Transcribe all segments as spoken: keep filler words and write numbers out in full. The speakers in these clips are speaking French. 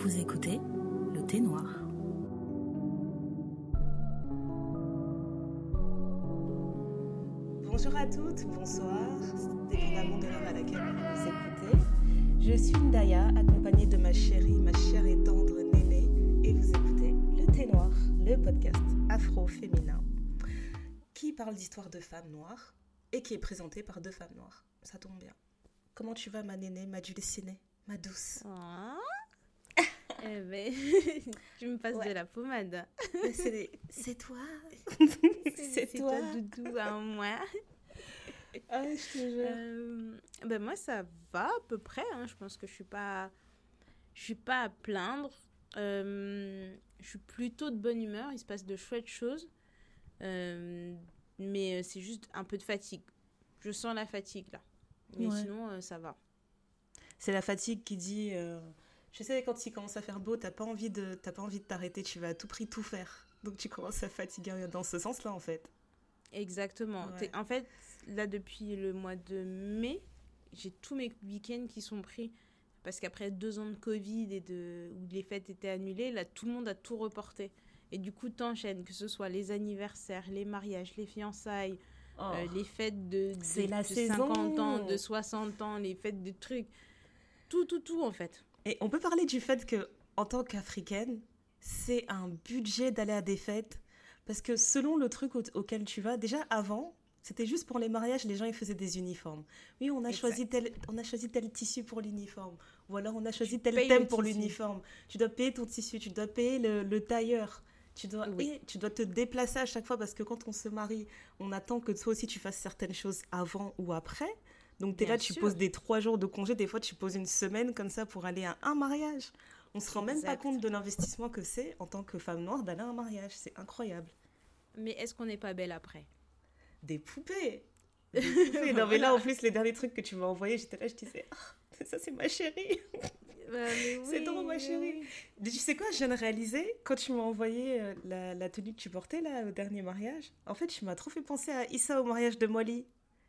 Vous écoutez le thé noir. Bonjour à toutes, bonsoir, dépendamment de l'heure à laquelle vous écoutez. Je suis Ndaya, accompagnée de ma chérie, ma chère et tendre Néné, et vous écoutez le thé noir, le podcast afro-féminin qui parle d'histoires de femmes noires et qui est présenté par deux femmes noires. Ça tombe bien. Comment tu vas, ma Néné, ma dulcinée, ma douce? Oh. Eh ben, tu me passes ouais. de la pommade. Mais c'est, c'est toi. c'est, c'est, c'est toi. toi, doudou, à moi. Ah, je te jure. Euh, ben moi, ça va à peu près. Hein. Je pense que je suis pas, je suis pas à plaindre. Euh, je suis plutôt de bonne humeur. Il se passe de chouettes choses. Euh, mais c'est juste un peu de fatigue. Je sens la fatigue, là. Mais ouais. sinon, euh, ça va. C'est la fatigue qui dit... Euh... Je sais, quand il commence à faire beau, t'as pas envie de, t'as pas envie de t'arrêter, tu vas à tout prix tout faire. Donc tu commences à fatiguer dans ce sens-là, en fait. Exactement. Ouais. En fait, là, depuis le mois de mai, j'ai tous mes week-ends qui sont pris. Parce qu'après deux ans de Covid et de, où les fêtes étaient annulées, là, tout le monde a tout reporté. Et du coup, t'enchaînes, que ce soit les anniversaires, les mariages, les fiançailles, oh. euh, les fêtes de, de, C'est la de saison. cinquante ans, de soixante ans, les fêtes de trucs. Tout, tout, tout, en fait. Et on peut parler du fait que, en tant qu'Africaine, c'est un budget d'aller à des fêtes. Parce que selon le truc au- auquel tu vas, déjà avant, c'était juste pour les mariages, les gens ils faisaient des uniformes. Oui, on a, choisi tel, on a choisi tel tissu pour l'uniforme. Ou alors on a choisi tu tel thème pour tissu. L'uniforme. Tu dois payer ton tissu, tu dois payer le, le tailleur. Tu dois, oui. Et tu dois te déplacer à chaque fois parce que quand on se marie, on attend que toi aussi tu fasses certaines choses avant ou après. Donc, tu es là, tu poses des trois jours de congé. Des fois, tu poses une semaine comme ça pour aller à un mariage. On ne se rend exact. Même pas compte de l'investissement que c'est, en tant que femme noire, d'aller à un mariage. C'est incroyable. Mais est-ce qu'on n'est pas belle après? Des poupées. Des poupées. Non, mais là, en plus, les derniers trucs que tu m'as envoyés, j'étais là, je disais, oh, ça, c'est ma chérie. Bah, oui, c'est drôle, ma chérie. Oui. Tu sais quoi, je viens de réaliser, quand tu m'as envoyé euh, la, la tenue que tu portais, là, au dernier mariage, en fait, tu m'as trop fait penser à Issa au mariage de Molly.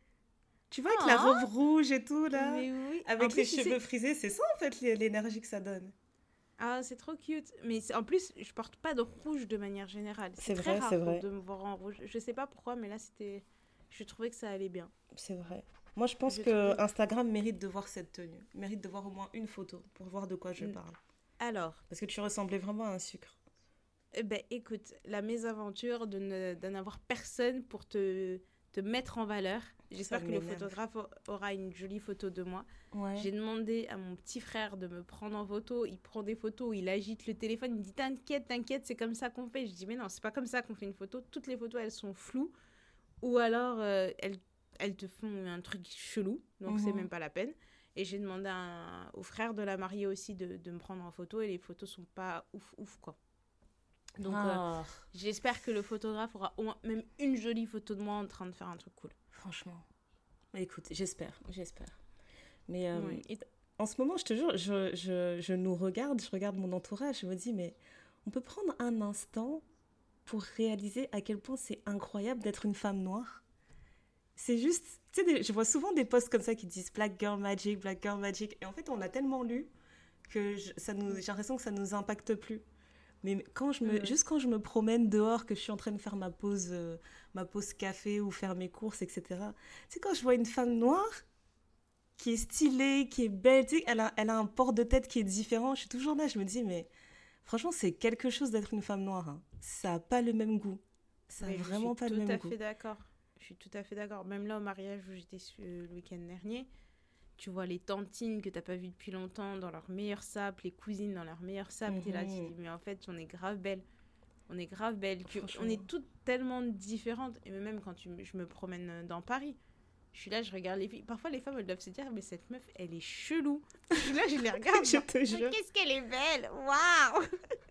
Tu vois, avec oh. la robe rouge et tout, là, mais oui. avec en les plus, cheveux frisés, c'est ça, en fait, l'énergie que ça donne. Ah, c'est trop cute. Mais en plus, je porte pas de rouge de manière générale. C'est, c'est très vrai, rare c'est vrai. de me voir en rouge. Je sais pas pourquoi, mais là, c'était... Je trouvais que ça allait bien. C'est vrai. Moi, je pense je que trouvais... Instagram mérite de voir cette tenue. Mérite de voir au moins une photo pour voir de quoi je parle. Alors parce que tu ressemblais vraiment à un sucre. Eh ben, écoute, la mésaventure de, ne, de n'avoir personne pour te... te mettre en valeur. J'espère ça que m'énerve. Le photographe aura une jolie photo de moi. Ouais. J'ai demandé à mon petit frère de me prendre en photo. Il prend des photos, il agite le téléphone. Il me dit « T'inquiète, t'inquiète, c'est comme ça qu'on fait. » Je dis « Mais non, c'est pas comme ça qu'on fait une photo. Toutes les photos, elles sont floues. Ou alors, euh, elles, elles te font un truc chelou. Donc, mm-hmm. c'est même pas la peine. » Et j'ai demandé à, au frère de la mariée aussi de, de me prendre en photo. Et les photos sont pas ouf, ouf, quoi. Donc, ah. euh, j'espère que le photographe aura au moins même une jolie photo de moi en train de faire un truc cool. Franchement. Écoute, j'espère, j'espère. Mais euh, oui. Et en ce moment, je te jure, je, je, je nous regarde, je regarde mon entourage, je me dis, mais on peut prendre un instant pour réaliser à quel point c'est incroyable d'être une femme noire. C'est juste, tu sais, je vois souvent des posts comme ça qui disent « Black Girl Magic, Black Girl Magic ». Et en fait, on l'a tellement lu que je, ça nous, j'ai l'impression que ça ne nous impacte plus. Mais quand je me, mmh. juste quand je me promène dehors, que je suis en train de faire ma pause, euh, ma pause café ou faire mes courses, et cetera. Tu sais, quand je vois une femme noire qui est stylée, qui est belle, tu sais, elle a, elle a un port de tête qui est différent. Je suis toujours là, je me dis, mais franchement, c'est quelque chose d'être une femme noire. Hein. Ça n'a pas le même goût. Ça n'a vraiment pas le même goût. Je suis tout à fait d'accord. Je suis tout à fait d'accord. Même là, au mariage où j'étais le week-end dernier, tu vois les tantines que t'as pas vues depuis longtemps dans leur meilleur sap, les cousines dans leur meilleur sap, mmh. t'es là, tu te dis, mais en fait, on est grave belles. On est grave belles. On est toutes tellement différentes. Et même quand tu, je me promène dans Paris, je suis là, je regarde les filles. Parfois, les femmes, elles doivent se dire, mais cette meuf, elle est chelou. Je suis là, je les regarde. Je te jure. Qu'est-ce qu'elle est belle. Waouh.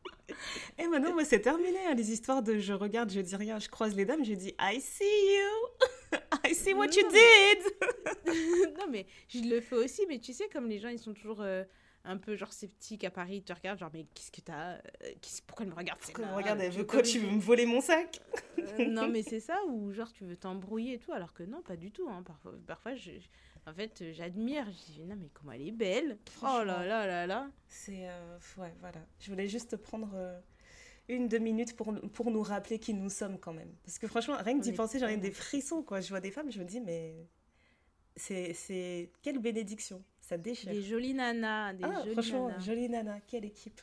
Et maintenant, moi, c'est terminé. Hein, les histoires de je regarde, je dis rien, je croise les dames, je dis, I see you. I see what non, you did. Non, mais je le fais aussi, mais tu sais, comme les gens, ils sont toujours euh, un peu genre sceptiques à Paris, ils te regardent, genre, mais qu'est-ce que t'as euh, qu'est-ce, pourquoi elle me regarde? Pourquoi elle me regarde? Elle veut quoi? Tu veux me voler mon sac? euh, Non, mais c'est ça, ou genre, tu veux t'embrouiller et tout, alors que non, pas du tout. Hein. Parfois, parfois je, En fait, euh, j'admire. Je dis, non, mais comment elle est belle. Oh là là là là. C'est, euh, ouais, voilà. Je voulais juste prendre euh, une, deux minutes pour, pour nous rappeler qui nous sommes quand même. Parce que franchement, rien que d'y penser, j'en ai des frissons, quoi. Je vois des femmes, je me dis, mais c'est, c'est... quelle bénédiction. Ça déchire. Des jolies nanas. Des ah, jolies franchement, nanas. jolie nana. Quelle équipe.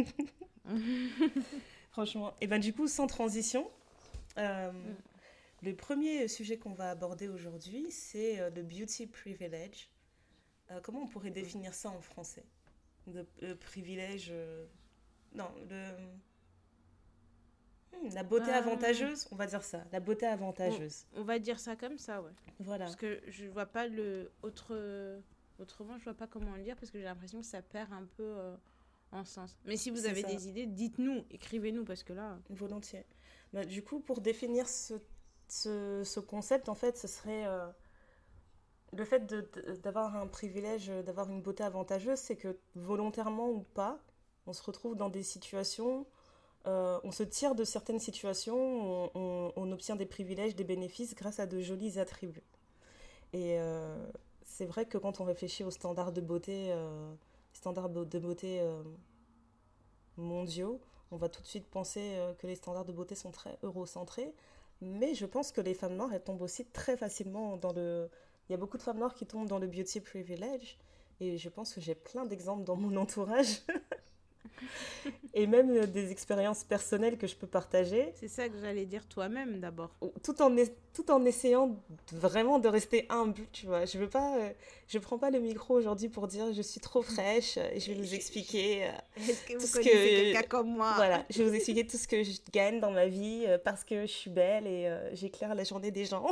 Franchement. Et ben du coup, sans transition, euh, mm. le premier sujet qu'on va aborder aujourd'hui, c'est euh, le beauty privilege. Euh, comment on pourrait définir ça en français ? Le, le privilège... Euh, non, le... Hmm, la beauté euh... avantageuse, on va dire ça. La beauté avantageuse. On, on va dire ça comme ça, ouais. Voilà. Parce que je vois pas le... Autre... Autrement, je vois pas comment le dire, parce que j'ai l'impression que ça perd un peu... Euh... en sens. Mais si vous c'est avez ça. Des idées, dites-nous, écrivez-nous, parce que là... Volontiers. Bah, du coup, pour définir ce, ce, ce concept, en fait, ce serait... Euh, le fait de, de, d'avoir un privilège, d'avoir une beauté avantageuse, c'est que volontairement ou pas, on se retrouve dans des situations... Euh, on se tire de certaines situations, on, on, on obtient des privilèges, des bénéfices grâce à de jolis attributs. Et euh, c'est vrai que quand on réfléchit aux standards de beauté... Euh, standards de beauté euh, mondiaux, on va tout de suite penser euh, que les standards de beauté sont très eurocentrés, mais je pense que les femmes noires, elles tombent aussi très facilement dans le... Il y a beaucoup de femmes noires qui tombent dans le beauty privilege, et je pense que j'ai plein d'exemples dans mon entourage, et même euh, des expériences personnelles que je peux partager. C'est ça que j'allais dire toi-même d'abord. Tout en, es- tout en essayant vraiment de rester humble, tu vois. Je veux pas, euh, je prends pas le micro aujourd'hui pour dire je suis trop fraîche et je vais vous expliquer. Euh, Est-ce que vous tout connaissez ce que, quelqu'un comme moi ? Voilà, je vais vous expliquer tout ce que je gagne dans ma vie euh, parce que je suis belle et euh, j'éclaire la journée des gens.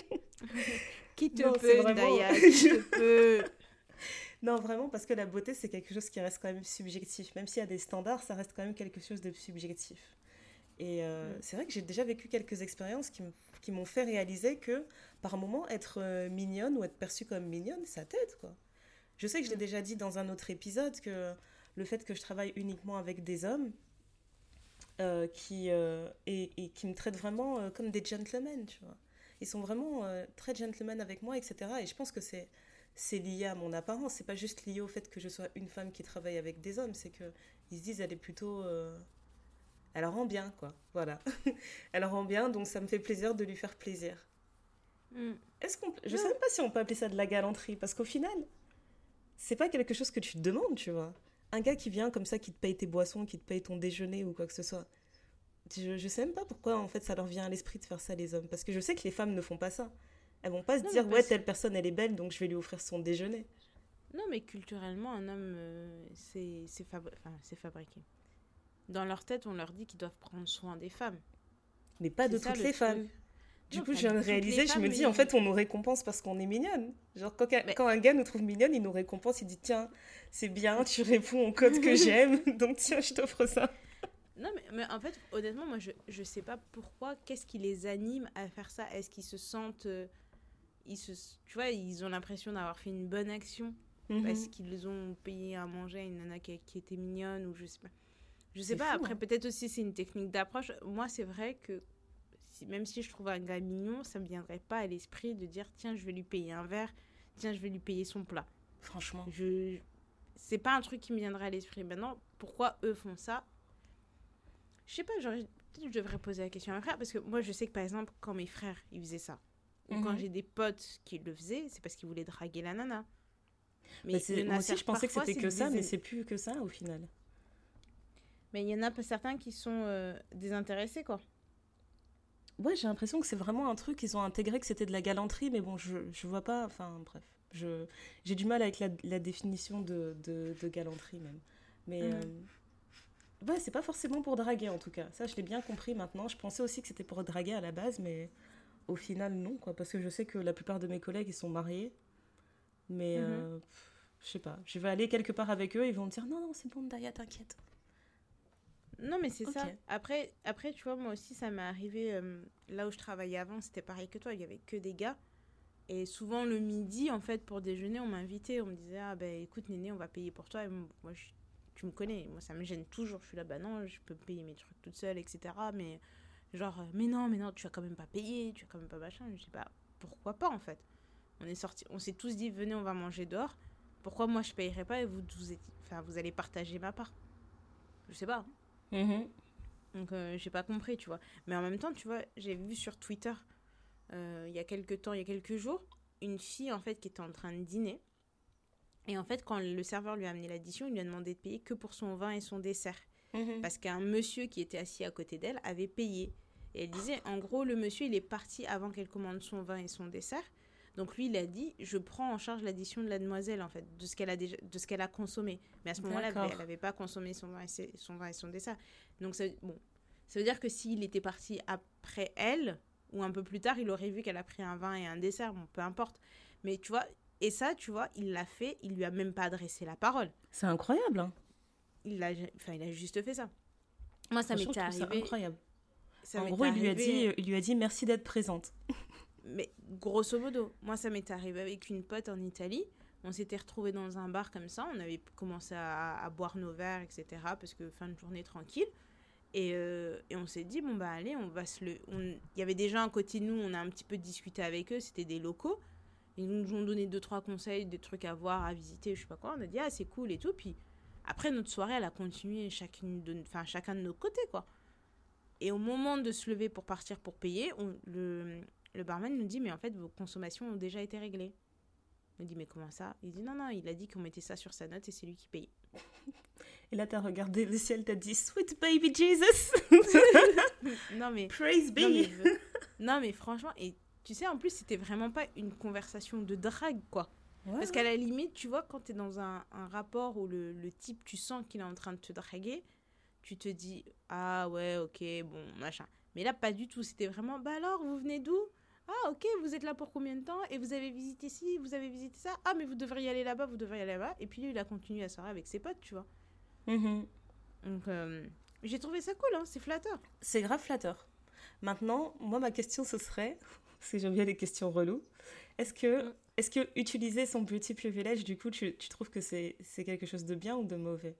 Qui te non, peut, vraiment... Daya, qui te peut. Non, vraiment, parce que la beauté, c'est quelque chose qui reste quand même subjectif. Même s'il y a des standards, ça reste quand même quelque chose de subjectif. Et euh, mm. c'est vrai que j'ai déjà vécu quelques expériences qui, m- qui m'ont fait réaliser que, par moment, être euh, mignonne ou être perçue comme mignonne, ça t'aide, quoi. Je sais que je l'ai mm. déjà dit dans un autre épisode, que le fait que je travaille uniquement avec des hommes euh, qui, euh, et, et qui me traitent vraiment euh, comme des gentlemen, tu vois. Ils sont vraiment euh, très gentlemen avec moi, et cetera. Et je pense que c'est... c'est lié à mon apparence, c'est pas juste lié au fait que je sois une femme qui travaille avec des hommes, c'est qu'ils se disent elle est plutôt... Euh... elle rend bien, quoi, voilà. Elle rend bien, donc ça me fait plaisir de lui faire plaisir. Mm. Est-ce qu'on... Je sais même pas si on peut appeler ça de la galanterie, parce qu'au final, c'est pas quelque chose que tu te demandes, tu vois. Un gars qui vient comme ça, qui te paye tes boissons, qui te paye ton déjeuner ou quoi que ce soit, je, je sais même pas pourquoi, en fait, ça leur vient à l'esprit de faire ça, les hommes, parce que je sais que les femmes ne font pas ça. Elles vont pas se non, dire, ouais, telle personne, elle est belle, donc je vais lui offrir son déjeuner. Non, mais culturellement, un homme, euh, c'est, c'est, fabri- enfin, c'est fabriqué. Dans leur tête, on leur dit qu'ils doivent prendre soin des femmes. Mais pas c'est de ça, toutes les truc. femmes. Du non, coup, je viens de réaliser, je me dis, mais... en fait, on nous récompense parce qu'on est mignonne. Genre, quand, mais... quand un gars nous trouve mignonne, il nous récompense, il dit, tiens, c'est bien, tu réponds au code que j'aime, donc tiens, je t'offre ça. Non, mais, mais en fait, honnêtement, moi, je, je sais pas pourquoi, qu'est-ce qui les anime à faire ça ? Est-ce qu'ils se sentent... Euh... Ils se, tu vois, ils ont l'impression d'avoir fait une bonne action mm-hmm. parce qu'ils ont payé à manger à une nana qui, qui était mignonne ou je sais pas. Je sais c'est pas, fou, après hein. Peut-être aussi c'est une technique d'approche. Moi, c'est vrai que si, même si je trouve un gars mignon, ça me viendrait pas à l'esprit de dire tiens, je vais lui payer un verre, tiens, je vais lui payer son plat. Franchement. Je, c'est pas un truc qui me viendrait à l'esprit. Maintenant, pourquoi eux font ça ? Je sais pas, genre, peut-être que je devrais poser la question à mes frères parce que moi, je sais que par exemple, quand mes frères, ils faisaient ça, ou mmh. quand j'ai des potes qui le faisaient, c'est parce qu'ils voulaient draguer la nana. Mais bah c'est, moi aussi, je pensais que c'était que ça, mais c'est plus que ça, au final. Mais il y en a pas certains qui sont euh, désintéressés, quoi. Ouais, j'ai l'impression que c'est vraiment un truc, ils ont intégré que c'était de la galanterie, mais bon, je, je vois pas, enfin, bref. Je, j'ai du mal avec la, la définition de, de, de galanterie, même. Mais, mmh. euh, ouais, c'est pas forcément pour draguer, en tout cas. Ça, je l'ai bien compris maintenant. Je pensais aussi que c'était pour draguer à la base, mais... Au final, non, quoi, parce que je sais que la plupart de mes collègues, ils sont mariés. Mais, mm-hmm. euh, je sais pas, je vais aller quelque part avec eux, ils vont me dire, non, non, c'est bon, Daya, t'inquiète. Non, mais c'est okay. ça. Après, après, tu vois, moi aussi, ça m'est arrivé, euh, là où je travaillais avant, c'était pareil que toi, il y avait que des gars. Et souvent, le midi, en fait, pour déjeuner, on m'invitait, on me disait, ah, ben, écoute, Néné, on va payer pour toi. Et moi, je, tu me connais, moi, ça me gêne toujours. Je suis là, bah non, je peux payer mes trucs toute seule, et cetera. Mais... Genre, mais non, mais non, tu vas quand même pas payer, tu vas quand même pas machin. Je sais pas, pourquoi pas en fait. On est sorti, on s'est tous dit, venez, on va manger dehors. Pourquoi moi, je payerais pas et vous, vous, êtes, enfin, vous allez partager ma part? Je sais pas. Mm-hmm. Donc, euh, j'ai pas compris, tu vois. Mais en même temps, tu vois, j'ai vu sur Twitter, euh, il y a quelques temps, il y a quelques jours, une fille, en fait, qui était en train de dîner. Et en fait, quand le serveur lui a amené l'addition, il lui a demandé de payer que pour son vin et son dessert. Mmh. Parce qu'un monsieur qui était assis à côté d'elle avait payé. Et elle disait, en gros, le monsieur, il est parti avant qu'elle commande son vin et son dessert. Donc lui, il a dit, je prends en charge l'addition de la demoiselle, en fait, de ce qu'elle a, déjà, de ce qu'elle a consommé. Mais à ce moment-là, elle n'avait pas consommé son vin, et ses, son vin et son dessert. Donc ça, bon, ça veut dire que s'il était parti après elle, ou un peu plus tard, il aurait vu qu'elle a pris un vin et un dessert. Bon, peu importe. Mais tu vois... Et ça, tu vois, il l'a fait, il lui a même pas adressé la parole. C'est incroyable, hein. Il a, enfin, il a juste fait ça. Moi, ça m'était arrivé. C'est incroyable. Ça en gros, il lui, a dit, il lui a dit merci d'être présente. Mais grosso modo, moi, ça m'était arrivé avec une pote en Italie. On s'était retrouvés dans un bar comme ça. On avait commencé à, à boire nos verres, et cetera. Parce que fin de journée tranquille. Et, euh, et on s'est dit, bon, bah allez, on va se le. Il y avait des gens à côté de nous, on a un petit peu discuté avec eux. C'était des locaux. Ils nous ont donné deux, trois conseils, des trucs à voir, à visiter, je sais pas quoi. On a dit, ah, c'est cool et tout. Puis après, notre soirée, elle a continué chacune de, enfin, chacun de nos côtés, quoi. Et au moment de se lever pour partir pour payer, on, le, le barman nous dit, mais en fait, vos consommations ont déjà été réglées. On dit, mais comment ça? Il dit, non, non, il a dit qu'on mettait ça sur sa note et c'est lui qui paye. Et là, t'as regardé le ciel, t'as dit, sweet baby Jesus. Non, mais... Praise be. Non, mais, non, mais franchement... Et, tu sais, en plus, c'était vraiment pas une conversation de drague, quoi. Ouais, Parce qu'à la limite, tu vois, quand t'es dans un, un rapport où le, le type, tu sens qu'il est en train de te draguer, tu te dis, ah ouais, ok, bon, machin. Mais là, pas du tout. C'était vraiment, bah alors, vous venez d'où? Ah, ok, vous êtes là pour combien de temps? Et vous avez visité ci, vous avez visité ça? Ah, mais vous devriez aller là-bas, vous devriez aller là-bas. Et puis lui, il a continué à sortir avec ses potes, tu vois. Mm-hmm. Donc, euh, j'ai trouvé ça cool, hein, c'est flatteur. C'est grave flatteur. Maintenant, moi, ma question, ce serait... Parce que j'aime bien les questions reloues. Est-ce que, mm. est-ce que utiliser son beauty privilege, du coup, tu, tu trouves que c'est, c'est quelque chose de bien ou de mauvais?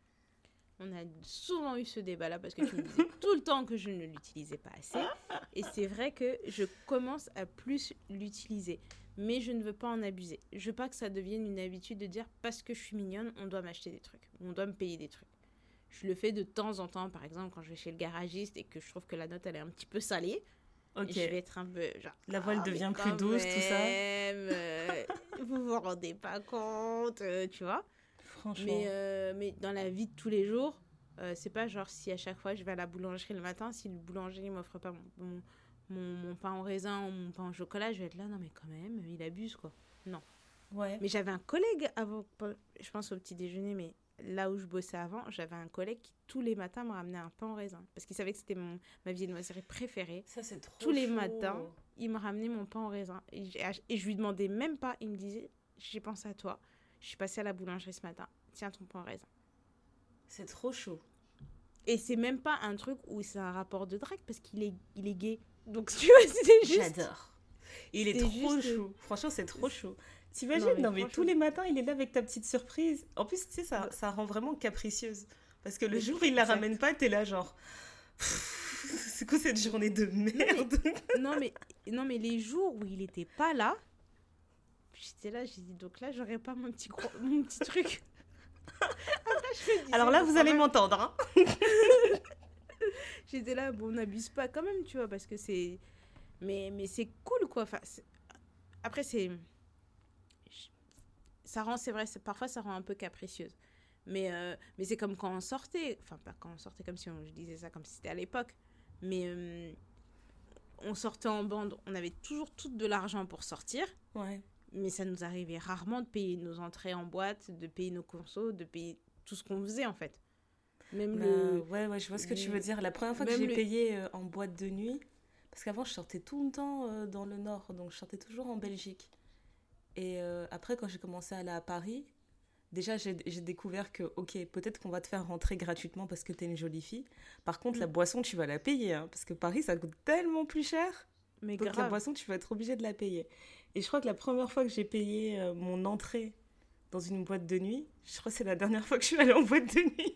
On a souvent eu ce débat-là parce que tu me disais tout le temps que je ne l'utilisais pas assez. Et c'est vrai que je commence à plus l'utiliser. Mais je ne veux pas en abuser. Je veux pas que ça devienne une habitude de dire parce que je suis mignonne, on doit m'acheter des trucs. On doit me payer des trucs. Je le fais de temps en temps, par exemple, quand je vais chez le garagiste et que je trouve que la note, elle est un petit peu salée. Ok. Je vais être un peu genre... La voile ah, devient plus douce, même, tout ça. Euh, vous vous rendez pas compte, euh, tu vois. Franchement. Mais, euh, mais dans la vie de tous les jours, euh, c'est pas genre si à chaque fois je vais à la boulangerie le matin, si le boulanger ne m'offre pas mon, mon, mon, mon pain au raisin ou mon pain au chocolat, je vais être là, non mais quand même, il abuse quoi. Non. Ouais. Mais j'avais un collègue avant, je pense au petit déjeuner, mais... Là où je bossais avant, j'avais un collègue qui, tous les matins, me ramenait un pain au raisin. Parce qu'il savait que c'était mon, ma viennoiserie préférée. Ça, c'est trop Tous les chaud. matins, il me ramenait mon pain au raisin. Et, et je lui demandais même pas. Il me disait, j'ai pensé à toi. Je suis passée à la boulangerie ce matin. Tiens ton pain au raisin. C'est trop chaud. Et c'est même pas un truc où c'est un rapport de drague parce qu'il est, il est gay. Donc, tu vois, c'était juste... J'adore. Il est trop juste... chaud. Franchement, c'est trop chaud. T'imagines, non mais, non, mais tous les matins, il est là avec ta petite surprise. En plus, tu sais, ça, ça rend vraiment capricieuse. Parce que le mais jour où il la exact. ramène pas, t'es là genre... C'est quoi cette journée de merde? non mais, non, mais, non, mais les jours où il était pas là, j'étais là, j'ai dit, donc là, j'aurais pas mon petit, gros, mon petit truc. Après, je me disais, alors là, vous allez même... m'entendre. Hein. J'étais là, bon, on n'abuse pas quand même, tu vois, parce que c'est... Mais, mais c'est cool, quoi. Enfin, c'est... Après, c'est... Ça rend, c'est vrai, c'est, parfois ça rend un peu capricieuse. Mais, euh, mais c'est comme quand on sortait. Enfin, pas quand on sortait comme si on, je disais ça comme si c'était à l'époque. Mais euh, on sortait en bande. On avait toujours tout de l'argent pour sortir. Ouais. Mais ça nous arrivait rarement de payer nos entrées en boîte, de payer nos consos, de payer tout ce qu'on faisait en fait. Même bah, le... Ouais, ouais, je vois ce que tu veux dire. La première fois que j'ai le... payé euh, en boîte de nuit, parce qu'avant je sortais tout le temps euh, dans le Nord, donc je sortais toujours en Belgique. Et euh, après, quand j'ai commencé à aller à Paris, déjà, j'ai, j'ai découvert que, ok, peut-être qu'on va te faire rentrer gratuitement parce que t'es une jolie fille. Par contre, mmh. la boisson, tu vas la payer, hein, parce que Paris, ça coûte tellement plus cher. Mais donc, grave. La boisson, tu vas être obligée de la payer. Et je crois que la première fois que j'ai payé euh, mon entrée dans une boîte de nuit, je crois que c'est la dernière fois que je suis allée en boîte de nuit.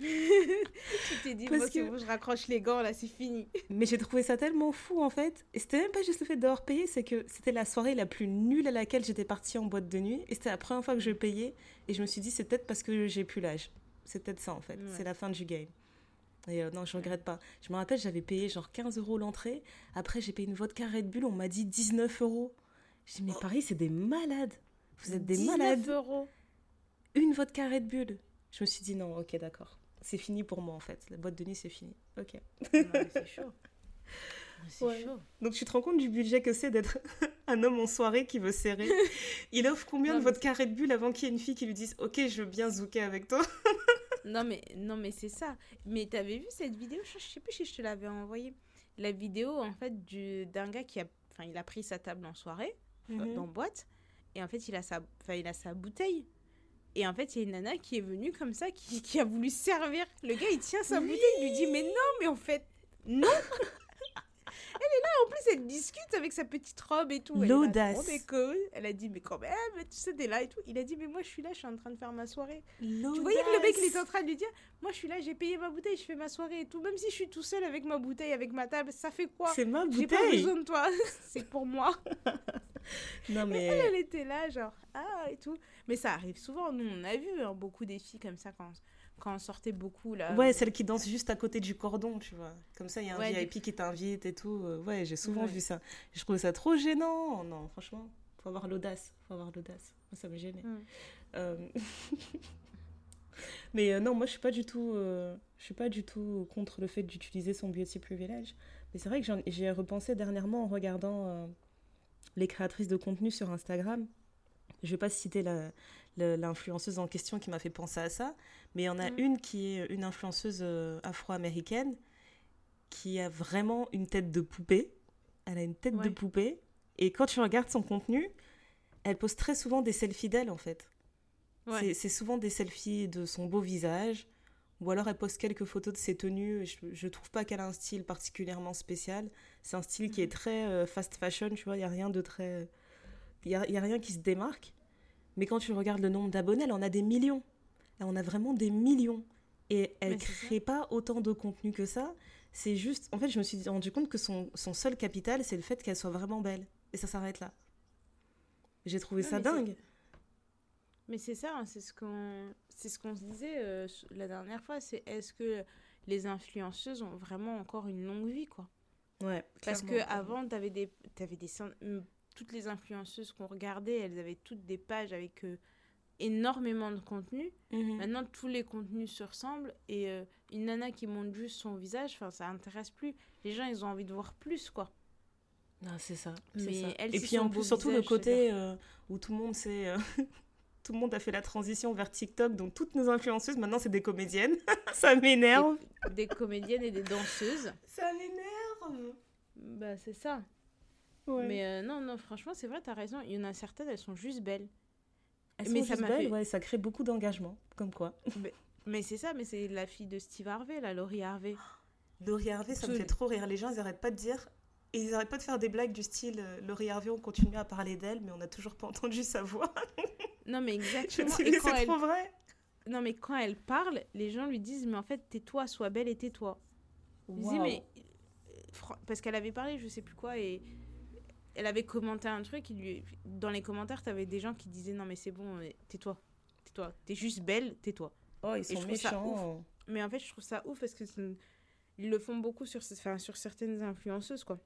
Tu t'es dit, moi, c'est bon, je raccroche les gants, là, c'est fini. Mais j'ai trouvé ça tellement fou, en fait. Et c'était même pas juste le fait d'avoir payé, c'est que c'était la soirée la plus nulle à laquelle j'étais partie en boîte de nuit. Et c'était la première fois que je payais. Et je me suis dit, c'est peut-être parce que j'ai plus l'âge. C'est peut-être ça, en fait. Ouais. C'est la fin du game. Et euh, non, je regrette pas. Je me rappelle, j'avais payé genre quinze euros l'entrée. Après, j'ai payé une vodka Red Bull, on m'a dit dix-neuf euros. J'ai dit, mais Paris, c'est des malades. Vous êtes des malades. dix-neuf euros. Une vodka Red Bull. Je me suis dit, non, ok, d'accord. C'est fini pour moi, en fait. La boîte de nuit, c'est fini. Ok. Non, mais c'est chaud. C'est ouais. chaud. Donc, tu te rends compte du budget que c'est d'être un homme en soirée qui veut serrer. Il offre combien non, de vodka Red Bull avant qu'il y ait une fille qui lui dise, ok, je veux bien zouker avec toi. Non, mais, non, mais c'est ça. Mais t'avais vu cette vidéo? Je sais plus si je te l'avais envoyée. La vidéo, en fait, du, d'un gars qui a... Enfin, il a pris sa table en soirée, mm-hmm. dans boîte. Et en fait, il a sa, enfin, il a sa bouteille. Et en fait, il y a une nana qui est venue comme ça, qui, qui a voulu servir. Le gars, il tient sa oui. bouteille, il lui dit, mais non, mais en fait, non. Elle est là, en plus, elle discute avec sa petite robe et tout. L'audace. Elle, là, elle a dit, mais quand même, tu sais, t'es là et tout. Il a dit, mais moi, je suis là, je suis en train de faire ma soirée. L'audace. Tu voyais que le mec, il était en train de lui dire, moi, je suis là, j'ai payé ma bouteille, je fais ma soirée et tout. Même si je suis tout seul avec ma bouteille, avec ma table, ça fait quoi? C'est ma bouteille. J'ai pas besoin de toi, c'est pour moi. Non, mais... Et elle, elle était là, genre, ah, et tout. Mais ça arrive souvent. Nous, on a vu hein, beaucoup des filles comme ça quand, quand on sortait beaucoup, là. Ouais, celles qui dansent juste à côté du cordon, tu vois. Comme ça, il y a un ouais, V I P des... qui t'invite et tout. Ouais, j'ai souvent ouais. vu ça. Je trouve ça trop gênant. Non, franchement, faut avoir l'audace. Faut avoir l'audace. Moi, ça me gênait. Mm. Euh... Mais euh, non, moi, je suis pas du tout... Euh... Je suis pas du tout contre le fait d'utiliser son beauty privilege. Mais c'est vrai que j'en... j'ai repensé dernièrement en regardant... Euh... les créatrices de contenu sur Instagram. Je ne vais pas citer la, la, l'influenceuse en question qui m'a fait penser à ça, mais il y en a mmh. une qui est une influenceuse euh, afro-américaine qui a vraiment une tête de poupée. Elle a une tête ouais. de poupée. Et quand tu regardes son contenu, elle poste très souvent des selfies d'elle, en fait. Ouais. C'est, c'est souvent des selfies de son beau visage, ou alors elle poste quelques photos de ses tenues. Je ne trouve pas qu'elle a un style particulièrement spécial. C'est un style qui est très euh, fast fashion, tu vois, il n'y a rien de très... Il n'y a, y a rien qui se démarque. Mais quand tu regardes le nombre d'abonnés, elle en a des millions. Elle en a vraiment des millions. Et elle ne crée pas autant de contenu que ça. C'est juste... En fait, je me suis rendu compte que son, son seul capital, c'est le fait qu'elle soit vraiment belle. Et ça s'arrête là. J'ai trouvé non, ça dingue. C'est... Mais c'est ça, hein, c'est ce qu'on, c'est ce qu'on se disait euh, la dernière fois. C'est est-ce que les influenceuses ont vraiment encore une longue vie, quoi? Ouais. Parce qu'avant, t'avais des, t'avais des... Toutes les influenceuses qu'on regardait, elles avaient toutes des pages avec euh, énormément de contenu. Mm-hmm. Maintenant, tous les contenus se ressemblent. Et euh, une nana qui montre juste son visage, ça n'intéresse plus. Les gens, ils ont envie de voir plus, quoi. Non, c'est ça. Mais c'est ça. Elle, et puis, en plus, surtout visage, le côté euh, où tout le monde s'est... Euh... Tout le monde a fait la transition vers TikTok, donc toutes nos influenceuses, maintenant, c'est des comédiennes. Ça m'énerve. Des, des comédiennes et des danseuses. Ça m'énerve. Bah, c'est ça. Ouais. Mais euh, non, non, franchement, c'est vrai, t'as raison. Il y en a certaines, elles sont juste belles. Elles mais sont ça juste belles, fait... ouais, ça crée beaucoup d'engagement, comme quoi. Mais, mais c'est ça, mais c'est la fille de Steve Harvey, là, Laurie Harvey. Laurie Harvey, ça Tout... me fait trop rire. Les gens, ils n'arrêtent pas de dire... Et ils n'arrêtent pas de faire des blagues du style euh, Laurie Harvey, on continue à parler d'elle, mais on n'a toujours pas entendu sa voix. Non, mais exactement. Je me dis, et quand c'est elle... trop vrai. Non, mais quand elle parle, les gens lui disent, mais en fait, tais-toi, sois belle et tais-toi. Wow. Ils disent, mais... Parce qu'elle avait parlé, je sais plus quoi, et elle avait commenté un truc, il lui... dans les commentaires, t'avais des gens qui disaient, non, mais c'est bon, tais-toi, tais-toi, t'es juste belle, tais-toi. Oh, ils sont méchants. Mais en fait, je trouve ça ouf, parce que c'est... ils le font beaucoup sur, enfin, sur certaines influenceuses, quoi.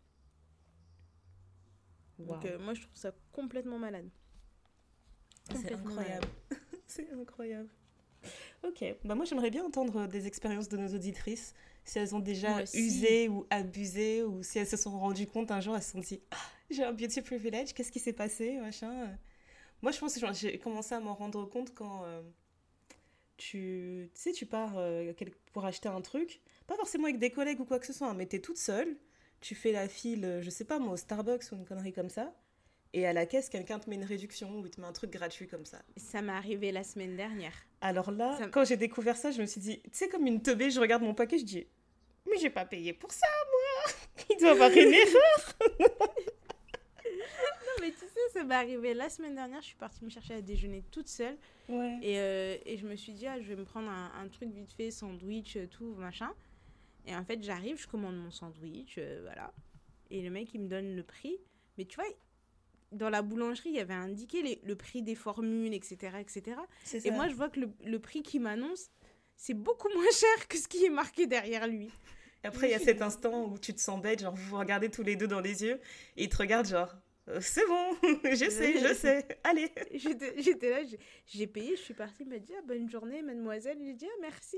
Wow. Donc, euh, moi, je trouve ça complètement malade. C'est incroyable. C'est incroyable. Ok. Bah, moi, j'aimerais bien entendre des expériences de nos auditrices. Si elles ont déjà usé ou abusé, ou si elles se sont rendues compte un jour, elles se sont dit ah, j'ai un beauty privilege, qu'est-ce qui s'est passé, machin. Moi, je pense que j'ai commencé à m'en rendre compte quand euh, tu, tu sais, tu pars euh, pour acheter un truc, pas forcément avec des collègues ou quoi que ce soit, hein, mais t'es toute seule. Tu fais la file, je sais pas moi, au Starbucks ou une connerie comme ça, et à la caisse, quelqu'un te met une réduction ou il te met un truc gratuit comme ça. Ça m'est arrivé la semaine dernière. Alors là, ça... quand j'ai découvert ça, je me suis dit, tu sais, comme une teubée, je regarde mon paquet, je dis, mais j'ai pas payé pour ça, moi. Il doit y avoir une erreur. Non, Mais tu sais, ça m'est arrivé la semaine dernière, je suis partie me chercher à déjeuner toute seule. Ouais. Et, euh, et je me suis dit, ah, je vais me prendre un, un truc vite fait, sandwich, tout, machin. Et en fait, j'arrive, je commande mon sandwich, euh, voilà. Et le mec, il me donne le prix. Mais tu vois, dans la boulangerie, il y avait indiqué les, le prix des formules, et cetera, et cetera. Et moi, je vois que le, le prix qu'il m'annonce, c'est beaucoup moins cher que ce qui est marqué derrière lui. Et après, il y a cet instant où tu te sens bête, genre vous vous regardez tous les deux dans les yeux et il te regarde genre euh, c'est bon, je sais, je sais, allez. J'étais, j'étais là, j'ai, j'ai payé, je suis partie, il m'a dit ah, bonne journée mademoiselle, j'ai dit ah, merci.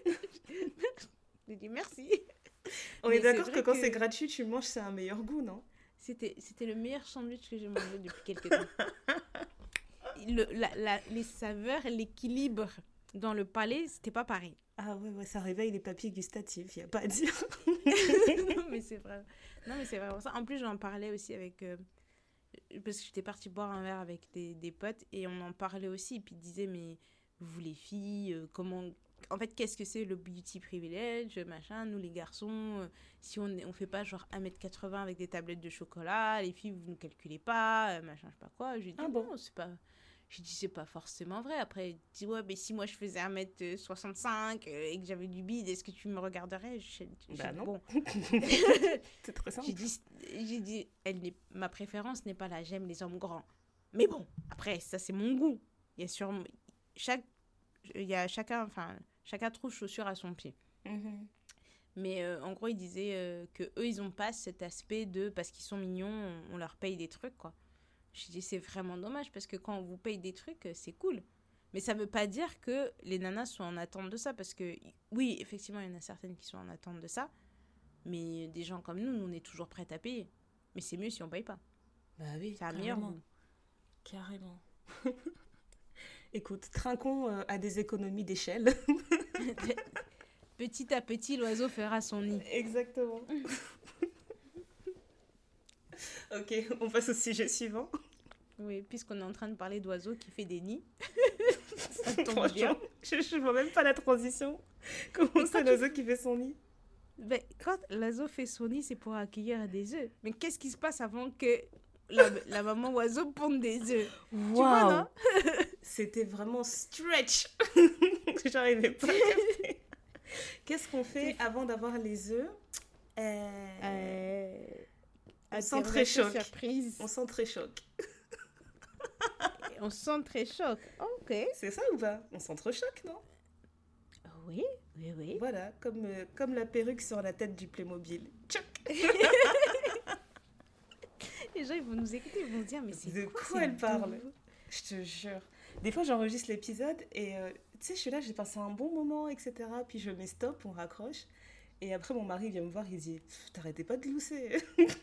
J'ai dit merci. On Mais est d'accord c'est que quand que... c'est gratuit, tu manges, c'est un meilleur goût, non? C'était, c'était le meilleur sandwich que j'ai mangé depuis quelques temps. Le, la, la, les saveurs, l'équilibre dans le palais, c'était pas pareil. Ah ouais, ouais, ça réveille les papilles gustatifs, il n'y a pas à dire. non, mais c'est vrai. Non, mais c'est vraiment ça. En plus, j'en parlais aussi avec... Euh, parce que j'étais partie boire un verre avec des, des potes et on en parlait aussi. Et puis ils disaient, mais vous les filles, euh, comment... En fait, qu'est-ce que c'est le beauty privilege, machin, nous les garçons, euh, si on ne on fait pas genre un mètre quatre-vingts avec des tablettes de chocolat, les filles, vous ne calculez pas, euh, machin, je sais pas quoi. J'ai dit, ah bon, non, c'est pas... J'ai dit, c'est pas forcément vrai. Après, il dit, ouais, mais si moi je faisais un mètre soixante-cinq euh, et que j'avais du bide, est-ce que tu me regarderais? J'ai dit, bah non. Bon. C'est très simple. J'ai dit, j'ai dit elle n'est, ma préférence n'est pas là, j'aime les hommes grands. Mais bon, après, ça c'est mon goût. Il y a sûrement... Chaque, il y a chacun, enfin, chacun trouve chaussure à son pied. Mm-hmm. Mais euh, en gros, il disait euh, que eux, ils ont pas cet aspect de, parce qu'ils sont mignons, on, on leur paye des trucs, quoi. Je dis, c'est vraiment dommage parce que quand on vous paye des trucs, c'est cool. Mais ça ne veut pas dire que les nanas sont en attente de ça. Parce que, oui, effectivement, il y en a certaines qui sont en attente de ça. Mais des gens comme nous, nous, on est toujours prêts à payer. Mais c'est mieux si on ne paye pas. Bah oui, c'est un meilleur goût. Carrément. Écoute, trinquons euh, à des économies d'échelle. Petit à petit, l'oiseau fera son nid. Exactement. Ok, on passe au sujet suivant. Oui, puisqu'on est en train de parler d'oiseau qui fait des nids. Ça tombe bien. Je ne vois même pas la transition. Comment c'est l'oiseau tu... qui fait son nid? Ben, quand l'oiseau fait son nid, c'est pour accueillir des œufs. Mais qu'est-ce qui se passe avant que la, la maman oiseau ponde des œufs? Wow. Tu vois, non? C'était vraiment stretch. J'arrivais pas à capter. Qu'est-ce qu'on fait c'est... avant d'avoir les œufs? euh... Euh... On sent très choc. On sent très choc. On sent très choc. Ok. C'est ça ou pas? On sent trop choc, non? Oui, oui, oui. Voilà, comme, euh, comme la perruque sur la tête du Playmobil. Choc. Les gens, ils vont nous écouter, ils vont se dire, mais c'est de quoi, quoi elle parle? Je te jure. Des fois, j'enregistre l'épisode et euh, tu sais, je suis là, j'ai passé un bon moment, et cetera. Puis je mets stop, on raccroche. Et après, mon mari vient me voir, il dit « T'arrêtais pas de lousser !»